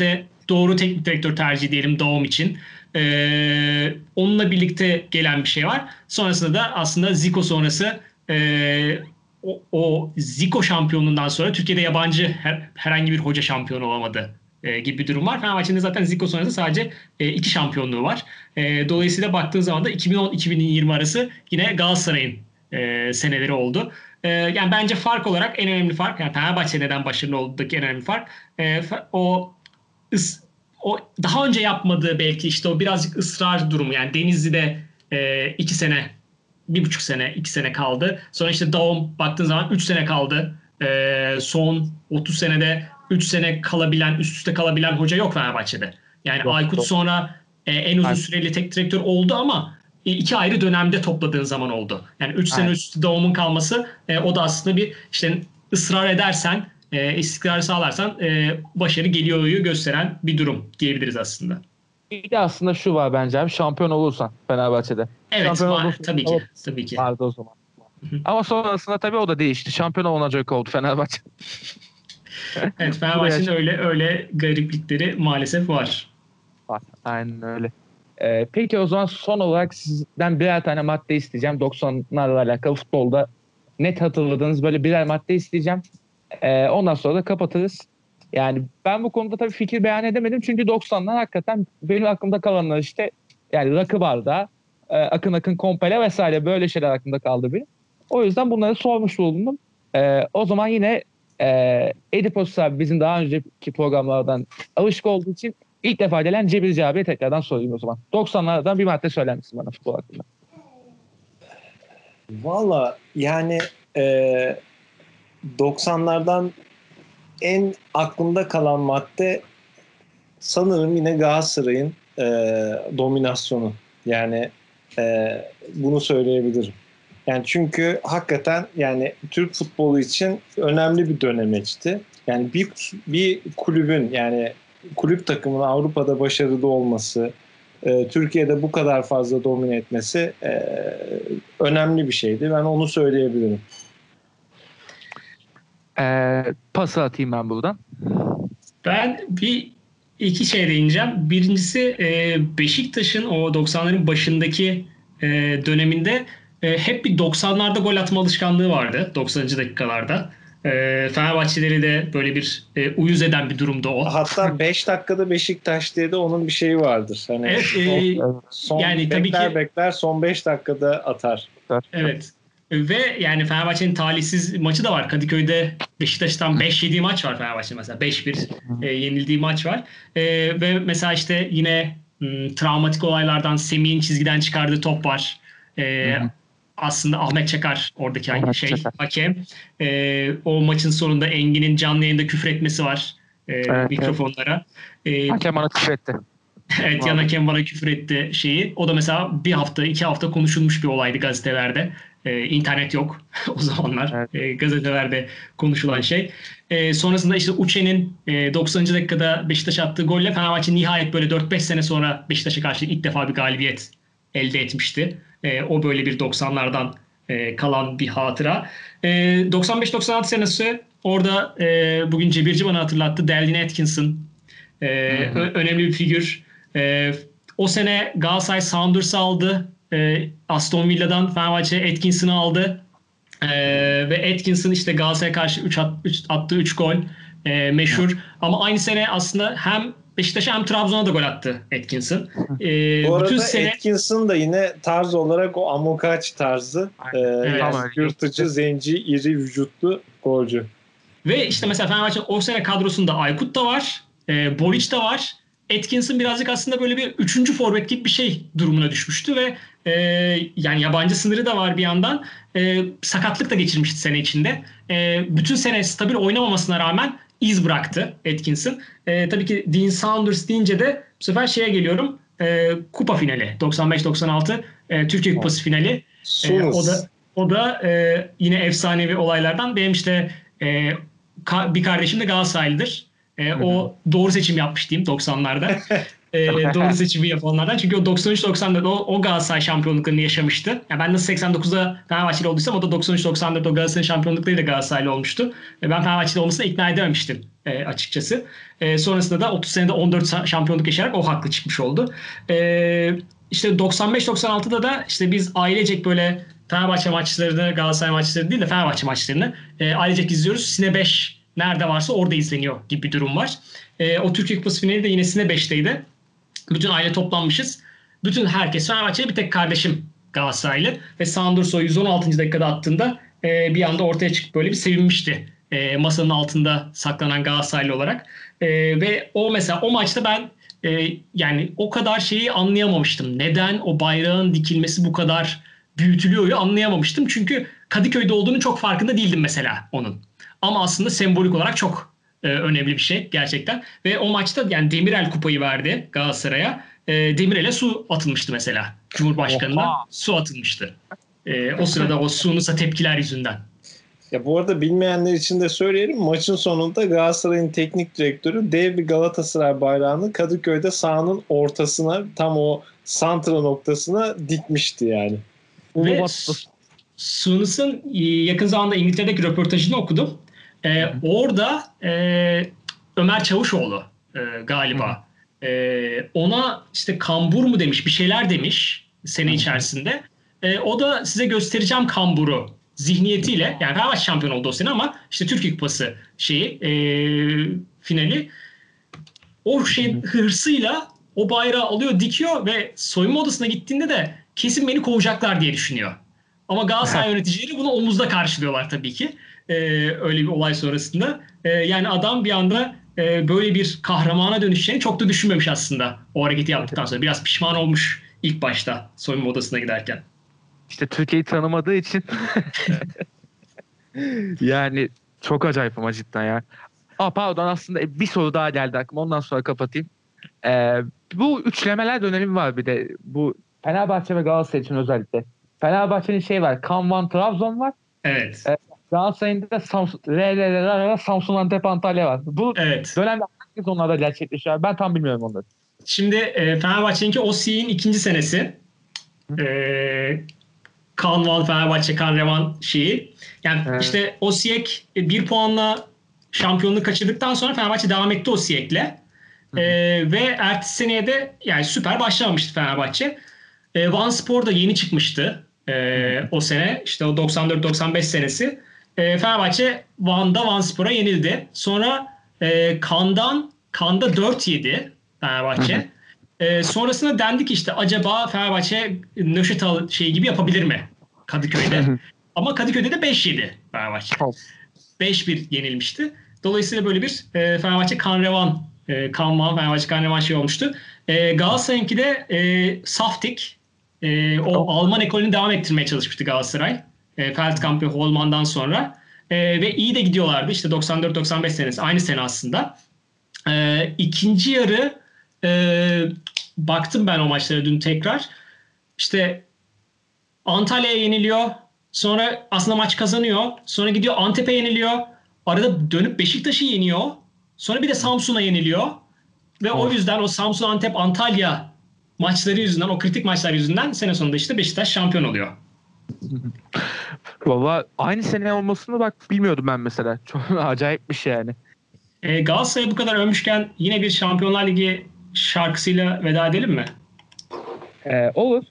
doğru teknik direktör tercihi diyelim Daum için. Ee, onunla birlikte gelen bir şey var. Sonrasında da aslında Zico sonrası e, o, o Zico şampiyonluğundan sonra Türkiye'de yabancı her, herhangi bir hoca şampiyon olamadı e, gibi bir durum var. Fenerbahçe'nin zaten Zico sonrası sadece e, iki şampiyonluğu var. E, dolayısıyla baktığın zaman da iki bin on iki bin yirmi arası yine Galatasaray'ın e, seneleri oldu. E, yani bence fark olarak en önemli fark, yani Fenerbahçe neden başarılı olduğundaki en önemli fark e, o ıs, o daha önce yapmadığı belki işte o birazcık ısrar durumu. Yani Denizli'de e, iki sene, bir buçuk sene, iki sene kaldı. Sonra işte Daum baktığın zaman üç sene kaldı. E, son otuz senede üç sene kalabilen, üst üste kalabilen hoca yok Fenerbahçe'de. Yani Yok, Aykut yok. sonra e, en uzun Aynen. süreli teknik direktör oldu ama e, iki ayrı dönemde topladığın zaman oldu. Yani üç sene Aynen. üst üste Daum'un kalması e, o da aslında bir işte ısrar edersen, e, istikrar sağlarsan e, başarı geliyor'yu gösteren bir durum diyebiliriz aslında. Bir de aslında şu var bence abi, şampiyon olursan Fenerbahçe'de. Evet, Şampiyon var, olursan- tabii ki. Tabii ki. Vardı o zaman. hı. Ama sonrasında tabii o da değişti. Şampiyon olunacak oldu Fenerbahçe. Evet, Fenerbahçe'nin öyle öyle gariplikleri maalesef var. Var. Aynen öyle. Ee, peki o zaman son olarak sizden birer tane madde isteyeceğim. doksanlarla alakalı futbolda net hatırladığınız böyle birer madde isteyeceğim. Ee, ondan sonra da kapatırız. Yani ben bu konuda tabii fikir beyan edemedim. Çünkü doksanlar hakikaten benim aklımda kalanlar işte yani Rakı Bardağı, e, Akın Akın Kompele vesaire böyle şeyler aklımda kaldı benim. O yüzden bunları sormuş bulundum. Ee, o zaman yine e, Edipos abi bizim daha önceki programlardan alışık olduğu için ilk defa gelen Cebirci abiye tekrardan sorayım o zaman. doksanlardan bir madde söyler misin bana futbol hakkında? Valla yani e, doksanlardan en aklımda kalan madde sanırım yine Galatasaray'ın e, dominasyonu. Yani e, bunu söyleyebilirim. Yani çünkü hakikaten yani Türk futbolu için önemli bir dönemeçti. Yani bir bir kulübün yani kulüp takımının Avrupa'da başarılı olması, e, Türkiye'de bu kadar fazla domine etmesi e, önemli bir şeydi. Ben onu söyleyebilirim. Ee, pası atayım ben buradan. Ben bir iki şey değineceğim. Birincisi e, Beşiktaş'ın o doksanların başındaki e, döneminde e, hep bir doksanlarda gol atma alışkanlığı vardı. doksanıncı dakikalarda. E, Fenerbahçeleri de böyle bir e, uyuz eden bir durumda o. Hatta beş dakikada Beşiktaş diye de onun bir şeyi vardır. Hani Evet, e, son yani tabii bekler ki- bekler son beş dakikada atar. Evet. Ve yani Fenerbahçe'nin talihsiz maçı da var. Kadıköy'de Beşiktaş'tan beş yediği maç var Fenerbahçe mesela. beş bir e, yenildiği maç var. E, ve mesela işte yine m, travmatik olaylardan Semih'in çizgiden çıkardığı top var. E, Hı hı. aslında Ahmet Çakar oradaki Ahmet şey Çakar. hakem. E, o maçın sonunda Engin'in canlı yayında küfür etmesi var. E, evet. mikrofonlara. E, Hakem bana küfür etti. Evet, yan hakem bana küfür etti şeyi. O da mesela bir hafta, iki hafta konuşulmuş bir olaydı gazetelerde. Ee, internet yok o zamanlar. Evet. Ee, gazetelerde konuşulan şey. Ee, sonrasında işte Uçe'nin e, doksanıncı dakikada Beşiktaş'a attığı golle Fenerbahçe nihayet böyle dört beş sene sonra Beşiktaş'a karşı ilk defa bir galibiyet elde etmişti. Ee, o böyle bir doksanlardan e, kalan bir hatıra. E, doksan beş doksan altı senesi orada e, bugün Cebirci bana hatırlattı. Deldin Atkinson. E, ö- önemli bir figür. E, o sene Galatasaray Sounders'ı aldı. E, Aston Villa'dan Fenerbahçe Atkinson'ı aldı. E, ve Atkinson işte Galatasaray'a karşı üç at, üç, attığı üç gol e, meşhur. Ama aynı sene aslında hem Beşiktaş'a hem Trabzon'a da gol attı Atkinson. E, Bu arada bütün sene Atkinson da yine tarz olarak o Amokachi tarzı. E, Evet. yani Tamam. yırtıcı, zenci, iri vücutlu golcü. ve işte mesela Fenerbahçe'nin o sene kadrosunda Aykut da var, e, Boric de var. Atkinson birazcık aslında böyle bir üçüncü forvet gibi bir şey durumuna düşmüştü ve e, yani yabancı sınırı da var bir yandan. E, sakatlık da geçirmişti sene içinde. E, bütün sene stabil oynamamasına rağmen iz bıraktı Atkinson. E, tabii ki Dean Saunders deyince de bu sefer şeye geliyorum. E, kupa finali doksan beş doksan altı e, Türkiye Kupası finali. E, Sunus. o da o da e, yine efsanevi olaylardan. Benim işte e, ka- bir kardeşim de Galatasaraylıdır. E, o doğru seçim yapmış diyeyim doksanlarda. e, doğru seçimi yapanlardan. Çünkü o doksan üç doksan dört o, o Galatasaray şampiyonluklarını yaşamıştı. Yani ben nasıl seksen dokuzda Fenerbahçeli olduysam o da doksan üç doksan dört o Galatasaray şampiyonluklarıyla Galatasaraylı olmuştu. E, ben Fenerbahçeli olmasına ikna edememiştim e, açıkçası. E, sonrasında da otuz senede on dört şampiyonluk yaşayarak o haklı çıkmış oldu. E, işte doksan beş doksan altıda da işte biz ailecek böyle Fenerbahçe maçlarını, Galatasaray maçlarını değil de Fenerbahçe maçlarını e, ailecek izliyoruz. Sine beş nerede varsa orada izleniyor gibi bir durum var. E, o Türkiye Kupası finali de yine Sine beşteydi. Bütün aile toplanmışız. Bütün herkes Fenerbahçe'ye, bir tek kardeşim Galatasaraylı. Ve Sandro Soy yüz on altıncı dakikada attığında e, bir anda ortaya çıkıp böyle bir sevinmişti. E, masanın altında saklanan Galatasaraylı olarak. E, ve o mesela o maçta ben e, yani o kadar şeyi anlayamamıştım. Neden o bayrağın dikilmesi bu kadar büyütülüyor anlayamamıştım. Çünkü Kadıköy'de olduğunu çok farkında değildim mesela onun. Ama aslında sembolik olarak çok e, önemli bir şey gerçekten. Ve o maçta yani Demirel kupayı verdi Galatasaray'a. E, Demirel'e su atılmıştı mesela. Cumhurbaşkanı'na Oha. su atılmıştı. E, o sırada o sunusa tepkiler yüzünden. Ya bu arada bilmeyenler için de söyleyelim. Maçın sonunda Galatasaray'ın teknik direktörü dev bir Galatasaray bayrağını Kadıköy'de sahanın ortasına, tam o santra noktasına dikmişti yani. Ve Sunus'un yakın zamanda İngiltere'deki röportajını okudum. Ee, orada e, Ömer Çavuşoğlu e, galiba e, ona işte kambur mu demiş, bir şeyler demiş sene içerisinde. E, o da size göstereceğim kamburu zihniyetiyle, yani Fenerbahçe şampiyon oldu o sene ama işte Türkiye Kupası şeyi e, finali o şey hırsıyla o bayrağı alıyor, dikiyor ve soyunma odasına gittiğinde de kesin beni kovacaklar diye düşünüyor. Ama Galatasaray yöneticileri bunu omuzda karşılıyorlar tabii ki. Ee, öyle bir olay sonrasında. Ee, yani adam bir anda e, böyle bir kahramana dönüşeceğini çok da düşünmemiş aslında o hareketi yaptıktan sonra. Biraz pişman olmuş ilk başta soyunma odasına giderken. İşte Türkiye'yi tanımadığı için yani çok acayip ama cidden ya. Aa, pardon, aslında bir soru daha geldi aklıma, ondan sonra kapatayım. Ee, bu üçlemeler dönemi var bir de. Bu Fenerbahçe ve Galatasaray için özellikle. Fenerbahçe'nin şey var. Kanvan Trabzon var. Evet. Ee, Galatasaray'ın da Samsun, R L L Samsun Antep Antalya var. Bu evet. dönemde herkes onlarda gerçekleşiyor. Ben tam bilmiyorum onları. Şimdi e, Fenerbahçe'ninki Osiyek'in ikinci senesi. E, Kanvan, Fenerbahçe, Kanrevan şeyi. Yani evet. işte Osiyek bir puanla şampiyonluğu kaçırdıktan sonra Fenerbahçe devam etti Osiyek'le. E, ve ertesi seneye de yani süper başlamamıştı Fenerbahçe. E, Vanspor da yeni çıkmıştı e, o sene. İşte o doksan dört doksan beş senesi. E, Fenerbahçe Van'da Vanspor'a yenildi. Sonra e, Kan'dan Kan'da dört yedi Fenerbahçe. E, sonrasında dendik işte acaba Fenerbahçe Nöşetal şey gibi yapabilir mi Kadıköy'de? Ama Kadıköy'de de beş yedi Fenerbahçe. beş bir yenilmişti. Dolayısıyla böyle bir e, Fenerbahçe Kanrevan e, Kanvan Fenerbahçe Kanrevan şey olmuştu. E, Galatasaray'ınki de e, Saftik. E, o oh. Alman ekolünü devam ettirmeye çalışmıştı Galatasaray. E, Feldkamp ve Holman'dan sonra. E, ve iyi de gidiyorlardı. İşte doksan dört doksan beş senesi. Aynı sene aslında. E, ikinci yarı e, baktım ben o maçlara dün tekrar. İşte Antalya'ya yeniliyor. Sonra aslında maç kazanıyor. Sonra gidiyor Antep'e yeniliyor. Arada dönüp Beşiktaş'ı yeniyor. Sonra bir de Samsun'a yeniliyor. Ve oh. o yüzden o Samsun, Antep, Antalya maçları yüzünden, o kritik maçlar yüzünden sene sonunda işte Beşiktaş şampiyon oluyor. Valla aynı sene olmasını bak bilmiyordum ben mesela. Çok acayip bir şey yani. E, Galatasaray'ı bu kadar övmüşken yine bir Şampiyonlar Ligi şarkısıyla veda edelim mi? E, olur.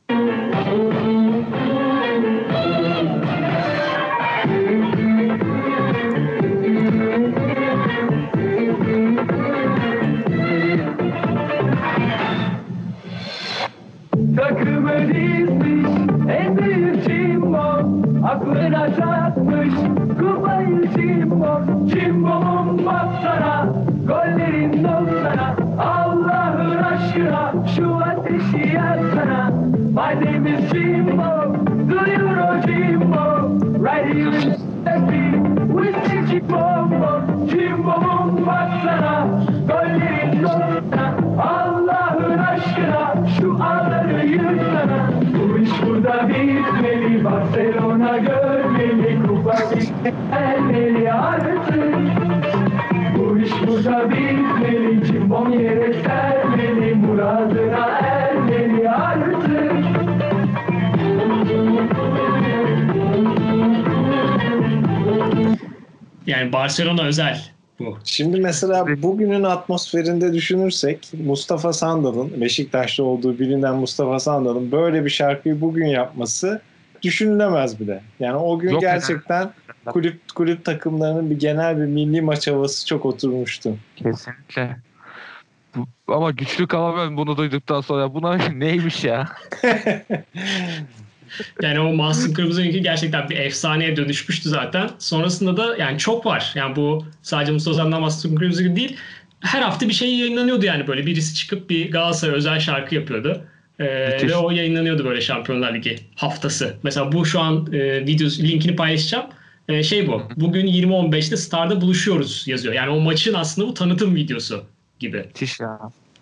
Takımı dizmiş en büyük Cimbo, aklına çatmış kupayı Cimbo. Cimbo'nun baksana, gollerin doksana, Allah'ın aşkına şu ateşi yaksana. My name is Jimbo, do you know Jimbo? Right here in Turkey, with the Jimbo. Jimbo'nun baksana, gollerin doksana, Allah'ın aşkına şu ağları yırtsana. Bu iş burada bitmeli, Barcelona görmeli, kupa bitmeli artık. Bu iş burada bitmeli, Cimbom yere sermeli. Yani Barcelona özel bu. Şimdi mesela bugünün atmosferinde düşünürsek Mustafa Sandal'ın, Beşiktaşlı olduğu bilinen Mustafa Sandal'ın böyle bir şarkıyı bugün yapması düşünülemez bile. Yani o gün Yok gerçekten yani. kulüp kulüp takımlarının bir genel bir milli maç havası çok oturmuştu. Kesinlikle. Bu- Ama güçlü kalamıyorum bunu duyduktan sonra. Buna neymiş ya? Yani o Mahsun Kırmızıgül'ünki gerçekten bir efsaneye dönüşmüştü zaten. Sonrasında da yani çok var. Yani bu sadece Mustafa Sandal, Mahsun Kırmızıgül değil. Her hafta bir şey yayınlanıyordu yani böyle. Birisi çıkıp bir Galatasaray özel şarkı yapıyordu. Ee, Müthiş. ve o yayınlanıyordu böyle Şampiyonlar Ligi haftası. Mesela bu şu an e, video linkini paylaşacağım. E, şey bu. Bugün yirmi on beşte Star'da buluşuyoruz yazıyor. Yani o maçın aslında bu tanıtım videosu gibi. Müthiş ya.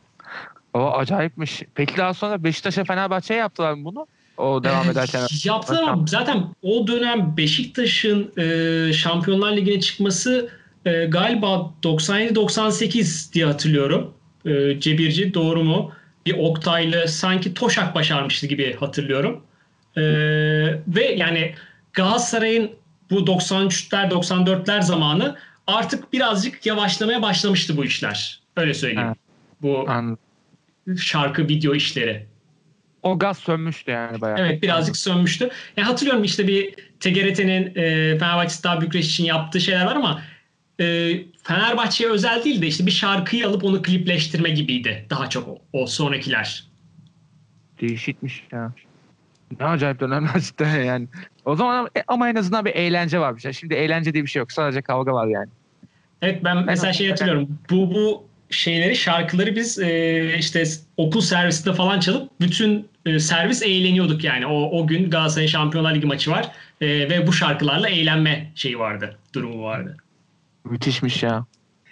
O acayipmiş. Peki daha sonra Beşiktaş'a Fenerbahçe'ye yaptılar mı bunu? O devam Ee, ederken. Yaptılar ama zaten o dönem Beşiktaş'ın e, Şampiyonlar Ligi'ne çıkması e, galiba doksan yedi doksan sekiz diye hatırlıyorum. E, Cebirci doğru mu? Bir Oktay'lı sanki Toşak başarmıştı gibi hatırlıyorum. E, ve yani Galatasaray'ın bu doksan üçler doksan dörtler zamanı artık birazcık yavaşlamaya başlamıştı bu işler. Öyle söyleyeyim. Ha, Bu anladım. şarkı video işleri. O gaz sönmüştü yani bayağı. Evet birazcık sönmüştü. Ya hatırlıyorum işte bir T G R T'nin e, Fenerbahçe Steaua Bükreş için yaptığı şeyler var ama e, Fenerbahçe'ye özel değil de işte bir şarkıyı alıp onu klipleştirme gibiydi. Daha çok o, o sonrakiler. Değişikmiş ya. Ne acayip dönemler cidden yani. O zaman ama en azından bir eğlence varmış. Yani şimdi eğlence diye bir şey yok. Sadece kavga var yani. Evet ben mesela şey hatırlıyorum. Bu bu şeyleri şarkıları biz e, işte okul servisinde falan çalıp bütün e, servis eğleniyorduk yani. O, o gün Galatasaray Şampiyonlar Ligi maçı var e, ve bu şarkılarla eğlenme şeyi vardı. Durumu vardı. Müthişmiş ya.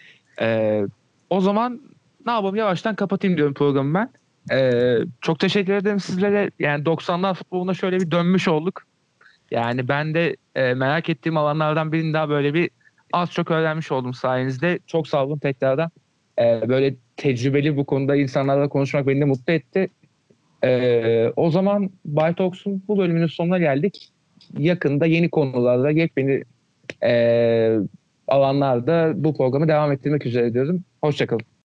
Ee, o zaman ne yapalım, yavaştan kapatayım diyorum programı ben. Ee, çok teşekkür ederim sizlere. Yani doksanlar futboluna şöyle bir dönmüş olduk. Yani ben de e, merak ettiğim alanlardan birini daha böyle bir az çok öğrenmiş oldum sayenizde. Çok sağ olun tekrardan. Ee, böyle tecrübeli bu konuda insanlarla konuşmak beni de mutlu etti. Ee, o zaman Bay Talks'un bu bölümünün sonuna geldik. Yakında yeni konularda, yepyeni e, alanlarda bu programı devam ettirmek üzere diyorum. Hoşçakalın.